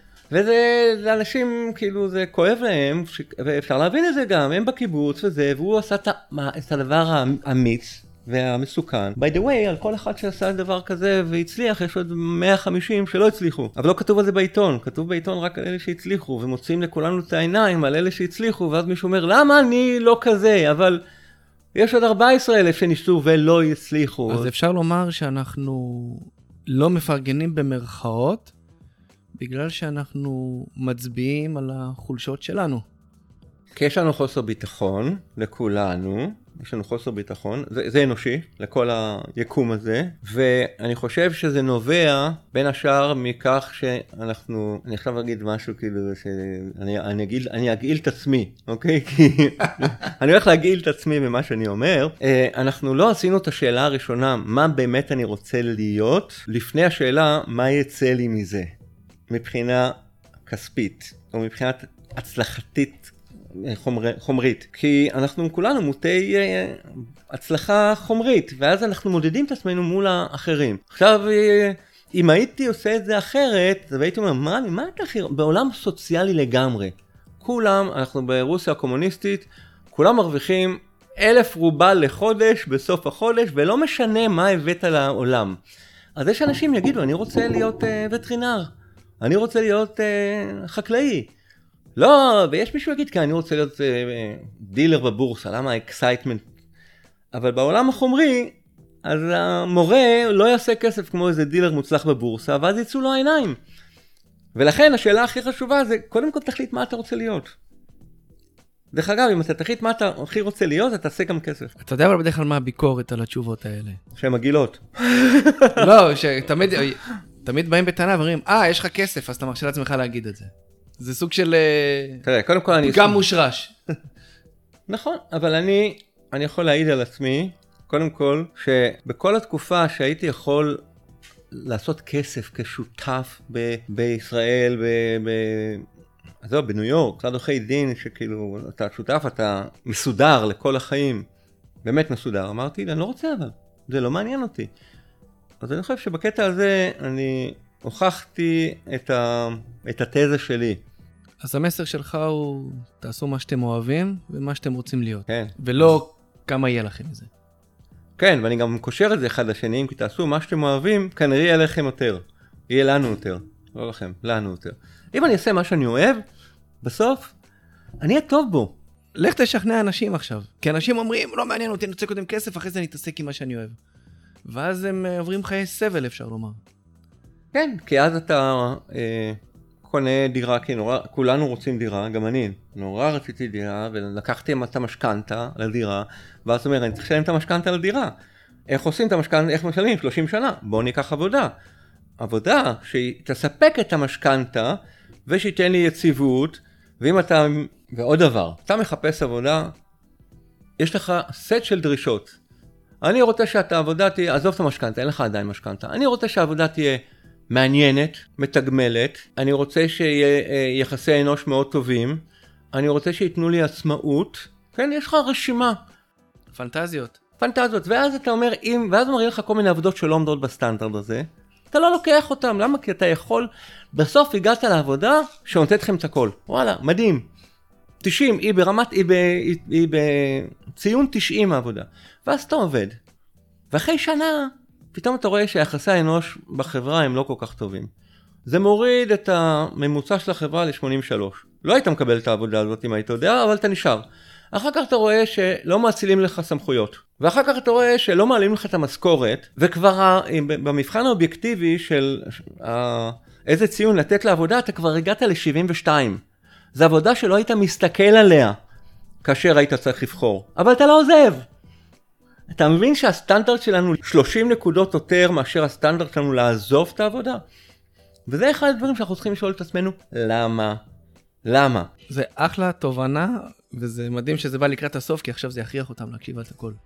וזה, לאנשים, כאילו, זה כואב להם, ש... ואפשר להבין את זה גם, הם בקיבוץ וזה, והוא עשה את, את הדבר האמיץ והמסוכן. by the way, על כל אחד שעשה דבר כזה והצליח, יש עוד מאה וחמישים שלא הצליחו. אבל לא כתוב על זה בעיתון, כתוב בעיתון רק על אלה שהצליחו, ומוצאים לכולנו את העיניים על אלה שהצליחו, ואז מישהו אומר, למה אני לא כזה? אבל יש עוד ארבעה עשר אלף שניסו ולא הצליחו. אז אפשר לומר שאנחנו לא מפרגנים במרכאות, בגלל שאנחנו מצביעים על החולשות שלנו. כי יש לנו חוסר ביטחון, לכולנו, יש לנו חוסר ביטחון, זה, זה אנושי, לכל היקום הזה, ואני חושב שזה נובע בין השאר מכך שאנחנו, אני עכשיו אגיד משהו כאילו, שאני אני אגיל, אני אגעיל את עצמי, אוקיי? כי אני הולך להגעיל את עצמי במה שאני אומר. אנחנו לא עשינו את השאלה הראשונה, מה באמת אני רוצה להיות, לפני השאלה, מה יצא לי מזה, מבחינה כספית, או מבחינת הצלחתית, חומר, חומרית, כי אנחנו כולנו מוטי uh, הצלחה חומרית, ואז אנחנו מודדים את עצמנו מול האחרים. עכשיו, uh, אם הייתי עושה את זה אחרת, אז הייתי אומר, מה, מה אתה אחר? בעולם סוציאלי לגמרי. כולם, אנחנו ברוסיה הקומוניסטית, כולם מרוויחים אלף רובל לחודש בסוף החודש, ולא משנה מה הבאת לעולם. אז יש אנשים יגידו, אני רוצה להיות uh, וטרינר, אני רוצה להיות uh, חקלאי. לא, ויש מישהו יגיד, כי אני רוצה להיות אה, דילר בבורסה, למה האקסייטמנט? אבל בעולם החומרי, אז המורה לא יעשה כסף כמו איזה דילר מוצלח בבורסה, ואז יצאו לו העיניים. ולכן השאלה הכי חשובה זה, קודם כל תחליט מה אתה רוצה להיות. דרך אגב, אם אתה תחליט מה אתה הכי רוצה להיות, אתה תעשה גם כסף. אתה יודע אבל בדרך כלל מה הביקורת על התשובות האלה? שהן מגעילות. לא, שתמיד תמיד באים בטענה ואומרים, אה, יש לך כסף, אז אתה מרשה לעצמך להגיד את זה. זה סוג של תראה, קודם כל אני גם מושרש. נכון, אבל אני אני יכול להעיד על עצמי, קודם כל, שבכל התקופה שהייתי יכול לעשות כסף כשותף ב- בישראל, ב- ב- אז זהו, בניו יורק, צד עורכי דין, שכאילו, אתה שותף, אתה מסודר לכל החיים, באמת מסודר. אמרתי, אני לא רוצה אבל, זה לא מעניין אותי. אז אני חושב שבקטע הזה אני הוכחתי את, ה... את התזה שלי. אז המסר שלך הוא, תעשו מה שאתם אוהבים ומה שאתם רוצים להיות. כן. ולא כמה יהיה לכם מזה. כן, ואני גם קושר את זה אחד לשני, כי תעשו מה שאתם אוהבים, כנראה יהיה לכם יותר. יהיה לנו יותר. לא לכם, לנו יותר. אם אני אעשה מה שאני אוהב, בסוף, אני אהיה טוב בו. לך תשכנע אנשים עכשיו. כי אנשים אומרים, לא מעניין אותי, אני רוצה קודם כסף, אחרי זה אני אתעסק עם מה שאני אוהב. ואז הם עוברים חיי סבל, אפשר לומר. כן, כי אז אתה אה, קונה דירה, כי נורא, כולנו רוצים דירה, גם אני נורא רציתי דירה, ולקחתי את המשכנתה לדירה, ואז אומר, אני צריך לשלם את המשכנתה לדירה. איך עושים את המשכנתה, איך משלמים? שלושים שנה. בואו ניקח עבודה. עבודה שהיא תספק את המשכנתה, ושייתן לי יציבות, ואם אתה, ועוד דבר, אתה מחפש עבודה, יש לך סט של דרישות. אני רוצה שאתה עבודה תהיה, עזוב את המשכנתה, אין לך עדיין משכנתה. אני רוצה שהעבודה תהיה מעניינת, מתגמלת. אני רוצה שיהיה יחסי אנוש מאוד טובים. אני רוצה שיתנו לי עצמאות. כן, יש לך רשימה. פנטזיות. פנטזיות. ואז אתה אומר, אם, ואז מראה לך כל מיני עבודות שלא עומדות בסטנדרט הזה. אתה לא לוקח אותם. למה? כי אתה יכול, בסוף הגעת לעבודה שנותנת לכם את הכל. וואלה, מדהים. תשעים, היא ברמת, היא, ב, היא, היא בציון תשעים העבודה. ואז אתה עובד. ואחרי שנה, פתאום אתה רואה שיחסי האנוש בחברה הם לא כל כך טובים. זה מוריד את הממוצע של החברה ל-שמונים ושלוש. לא היית מקבל את העבודה הזאת אם היית יודע, אבל אתה נשאר. אחר כך אתה רואה שלא מאצילים לך סמכויות. ואחר כך אתה רואה שלא מעלים לך את המשכורת, וכבר במבחן האובייקטיבי של איזה ציון לתת לעבודה, אתה כבר הגעת ל-שבעים ושתיים. זו עבודה שלא היית מסתכל עליה כאשר היית צריך לבחור. אבל אתה לא עוזב. אתה מבין שהסטנדרט שלנו שלושים נקודות יותר מאשר הסטנדרט שלנו לעזוב את העבודה? וזה אחד הדברים שאנחנו צריכים לשאול את עצמנו, למה? למה? זה אחלה תובנה, וזה מדהים שזה בא לקראת הסוף, כי עכשיו זה יכריח אותם להקשיב על הכל.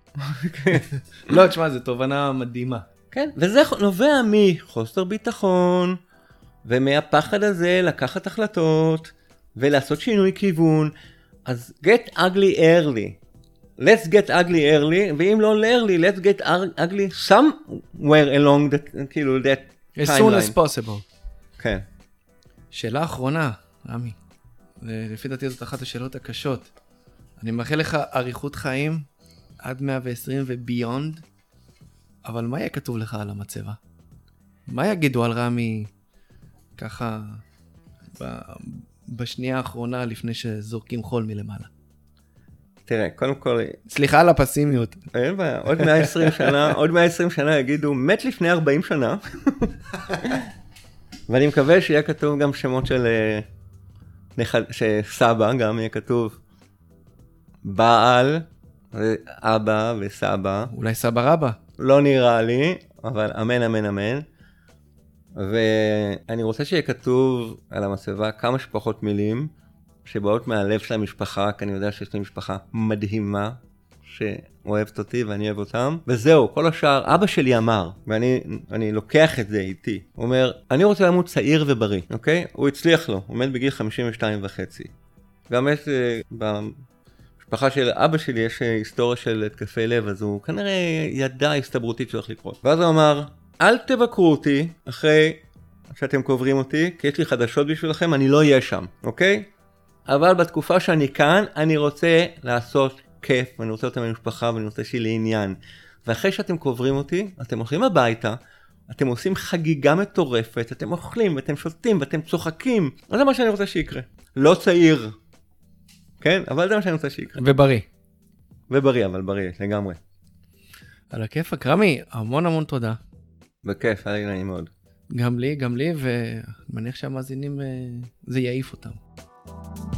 לא, תשמע, זו תובנה מדהימה. כן, וזה נובע מחוסר ביטחון, ומהפחד הזה לקחת החלטות, ולעשות שינוי כיוון, אז get ugly early. Let's get ugly early, ואם לא early, let's get ugly somewhere along that, כאילו, that timeline. As soon as possible. כן. שאלה אחרונה, רמי. לפי דעתי זאת אחת השאלות הקשות. אני מאחל לך אריכות חיים עד מאה ועשרים וביונד, אבל מה יהיה כתוב לך על המצבה? מה יגידו על רמי ככה ב... בשנייה האחרונה לפני שזורקים חול מלמעלה? תראה, קודם כל... סליחה על הפסימיות. אין בעיה, עוד מאה ועשרים שנה, עוד מאה ועשרים שנה יגידו, מת לפני ארבעים שנה. ואני מקווה שיהיה כתוב גם שמות של... שסבא גם יהיה כתוב בעל, אבא וסבא. אולי סבא רבא. לא נראה לי, אבל אמן, אמן, אמן. ואני רוצה שיהיה כתוב על המצבה כמה שפחות מילים, שבאות מהלב של המשפחה, כי אני יודע שיש לי משפחה מדהימה, שאוהבת אותי ואני אוהב אותם. וזהו, כל השאר, אבא שלי אמר, ואני אני לוקח את זה איתי. הוא אומר, אני רוצה למות צעיר ובריא, אוקיי? הוא הצליח לו, הוא מת בגיל חמישים ושתיים וחצי. גם יש, במשפחה של אבא שלי יש היסטוריה של התקפי לב, אז הוא כנראה ידע הסתברותית שהולך לקרות. ואז הוא אמר, אל תבקרו אותי אחרי שאתם קוברים אותי, כי יש לי חדשות בשבילכם, אני לא אהיה שם, אוקיי? אבל בתקופה שאני כאן, אני רוצה לעשות כיף, ואני רוצה אותם במשפחה, ואני רוצה שיהיה לי עניין. ואחרי שאתם קוברים אותי, אתם הולכים הביתה, אתם עושים חגיגה מטורפת, אתם אוכלים, ואתם שותים, ואתם צוחקים. זה מה שאני רוצה שיקרה. לא צעיר, כן? אבל זה מה שאני רוצה שיקרה. ובריא. ובריא, אבל בריא, לגמרי. על הכיף, רמי, המון המון תודה. בכיף, היה לי נעים מאוד. גם לי, גם לי, ומניח שהמאזינים, זה יעיף אותם.